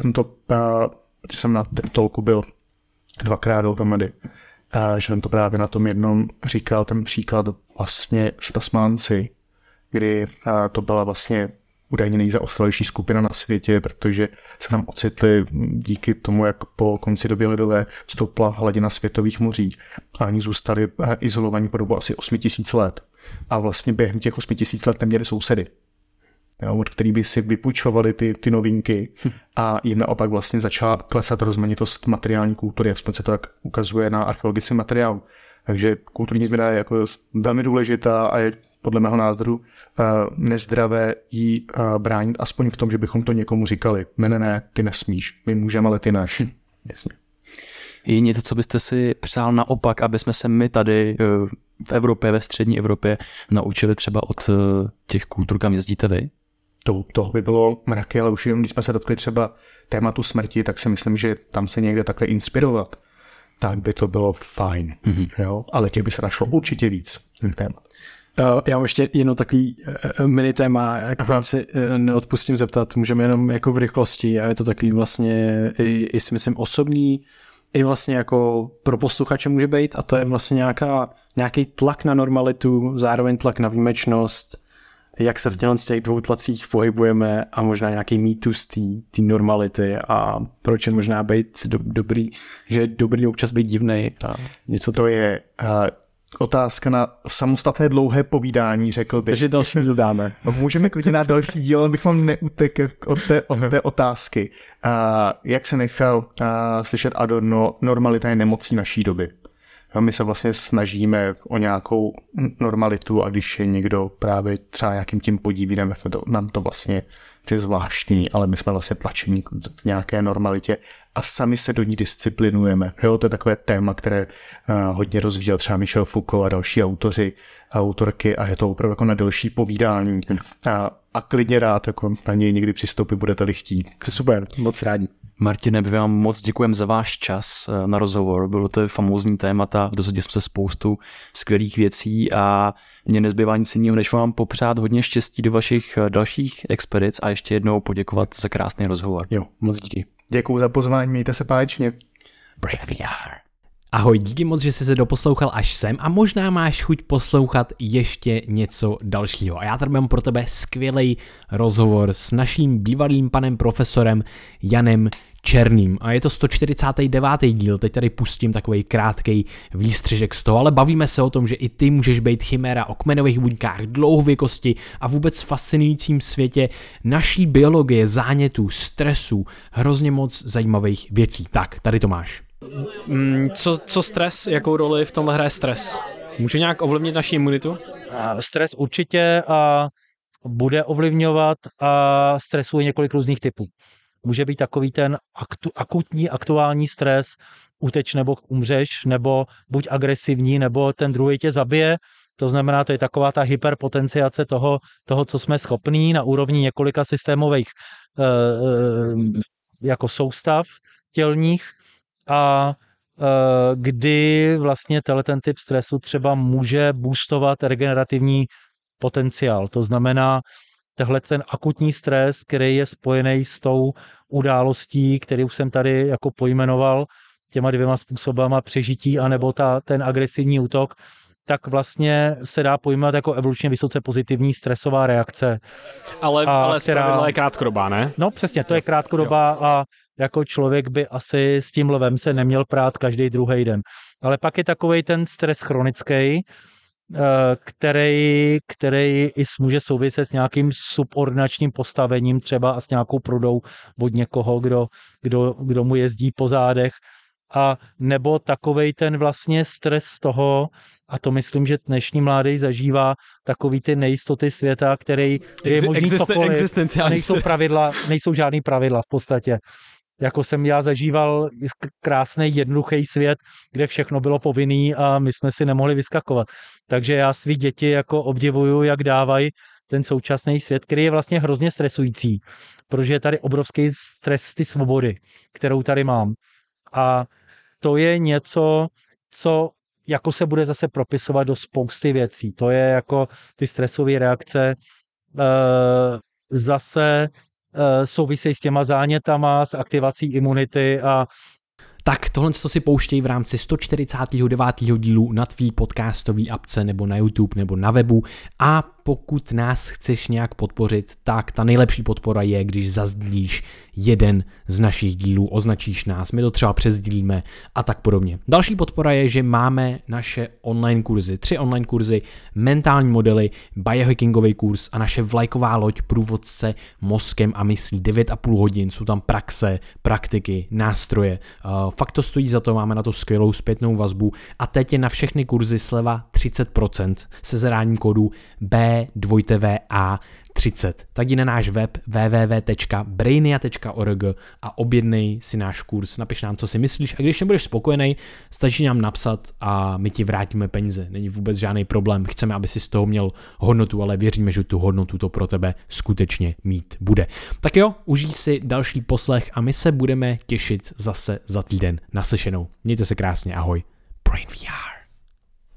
že jsem na TED Talku byl 2krát dohromady, že jsem to právě na tom jednom říkal, ten příklad vlastně s Tasmánci, kdy to byla vlastně údajně nejzaostalejší skupina na světě, protože se nám ocitli díky tomu, jak po konci doby ledové stoupla hladina světových moří a oni zůstali izolovaní po dobu asi 8000 let. A vlastně během těch 8000 let neměli sousedy, jo, od kterých by si vypůjčovali ty novinky a jim naopak vlastně začala klesat rozmanitost materiální kultury, jak se to tak ukazuje na archeologickém materiálu. Takže kulturní změna je jako velmi důležitá a je podle mého názoru nezdravé jí bránit aspoň v tom, že bychom to někomu říkali. Ne, ty nesmíš, my můžeme, ale ty ne. Jasně. Je něco, co byste si přál naopak, aby jsme se my tady v Evropě, ve střední Evropě naučili třeba od těch kultur, kam jezdíte vy? To by bylo mraky, ale už jenom když jsme se dotkli třeba tématu smrti, tak si myslím, že tam se někde takhle inspirovat, tak by to bylo fajn. Jo? Ale těch by se našlo určitě víc témat. Já mám ještě jedno takový mini téma, který si neodpustím zeptat, můžeme jenom jako v rychlosti a je to takový vlastně i si myslím osobní, i vlastně jako pro posluchače může být a to je vlastně nějaký tlak na normalitu, zároveň tlak na výjimečnost, jak se v těch dvou tlacích pohybujeme a možná nějaký mýtus té normality a proč je možná být dobrý, že je dobrý občas být divnej a něco. To je otázka na samostatné dlouhé povídání, řekl bych. Takže další díl dáme. Můžeme klidně na další díl, abych vám neutekl od té otázky. Jak se nechal slyšet Adorno, normalita je nemocí naší doby. My se vlastně snažíme o nějakou normalitu a když je někdo právě třeba nějakým tím podívínem, nám to vlastně je zvláštní, ale my jsme vlastně tlačení v nějaké normalitě a sami se do ní disciplinujeme. Jo, to je takové téma, které hodně rozvíjel třeba Michel Foucault a další autoři a autorky a je to opravdu jako na delší povídání. A klidně rád jako na něj někdy přistoupit, budete-li chtít. Super, moc rádi. Martine, my vám moc děkujeme za váš čas na rozhovor. Bylo to famózní témata, dozvěděli jsme se spoustu skvělých věcí a mě nezbývá nic jiného, než vám popřát hodně štěstí do vašich dalších expedic a ještě jednou poděkovat za krásný rozhovor. Jo, moc díky. Děkuju za pozvání, mějte se páčně. Ahoj, díky moc, že jsi se doposlouchal až sem a možná máš chuť poslouchat ještě něco dalšího. A já tady mám pro tebe skvělý rozhovor s naším bývalým panem profesorem Janem Černým. A je to 149. díl, teď tady pustím takovej krátkej výstřižek z toho, ale bavíme se o tom, že i ty můžeš být chiméra, o kmenových buňkách, dlouhověkosti a vůbec fascinujícím světě naší biologie, zánětů, stresu, hrozně moc zajímavých věcí. Tak, tady to máš. Co stres, jakou roli v tomhle hraje stres? Může nějak ovlivnit naši imunitu? Stres určitě bude ovlivňovat a stresu je několik různých typů. může být takový ten akutní, aktuální stres, uteč nebo umřeš, nebo buď agresivní, nebo ten druhý tě zabije. To znamená, to je taková ta hyperpotenciace toho, co jsme schopní na úrovni několika systémových jako soustav tělních a kdy vlastně ten typ stresu třeba může boostovat regenerativní potenciál. To znamená, tehle ten akutní stres, který je spojený s tou událostí, který už jsem tady jako pojmenoval těma 2 způsobama přežití, anebo ten agresivní útok, tak vlastně se dá pojmenovat jako evolučně vysoce pozitivní stresová reakce. Ale zpravidla je krátkodobá, ne? No přesně, to je krátkodobá a jako člověk by asi s tím lvem se neměl prát každý druhý den. Ale pak je takovej ten stres chronický, který i může souviset s nějakým subordinačním postavením třeba a s nějakou prudou od někoho, kdo mu jezdí po zádech. A nebo takovej ten vlastně stres z toho, a to myslím, že dnešní mládež zažívá, takový ty nejistoty světa, který je možný cokoliv a nejsou žádný pravidla v podstatě. Jako jsem já zažíval krásný, jednoduchý svět, kde všechno bylo povinný a my jsme si nemohli vyskakovat. Takže já svý děti jako obdivuju, jak dávají ten současný svět, který je vlastně hrozně stresující, protože je tady obrovský stres z ty svobody, kterou tady mám. A to je něco, co jako se bude zase propisovat do spousty věcí. To je jako ty stresové reakce zase souvisejí s těma zánětama, s aktivací imunity a Tak tohle si pouštěj v rámci 149. dílu na tvý podcastový apce nebo na YouTube nebo na webu a pokud nás chceš nějak podpořit, tak ta nejlepší podpora je, když zazdílíš jeden z našich dílů, označíš nás, my to třeba přesdílíme a tak podobně. Další podpora je, že máme naše online kurzy, 3 online kurzy, mentální modely, biohackingový kurz a naše vlajková loď průvodce mozkem a myslí 9,5 hodin, jsou tam praxe, praktiky, nástroje. Fakt to stojí za to, máme na to skvělou zpětnou vazbu a teď je na všechny kurzy sleva 30% se zadáním kódu B2VA30. Tak jdi na náš web www.brainia.org a objednej si náš kurz, napiš nám, co si myslíš a když nebudeš spokojený, stačí nám napsat a my ti vrátíme peníze. Není vůbec žádný problém, chceme, aby si z toho měl hodnotu, ale věříme, že tu hodnotu to pro tebe skutečně mít bude. Tak jo, užij si další poslech a my se budeme těšit zase za týden. Naslyšenou. Mějte se krásně, ahoj. Brain VR.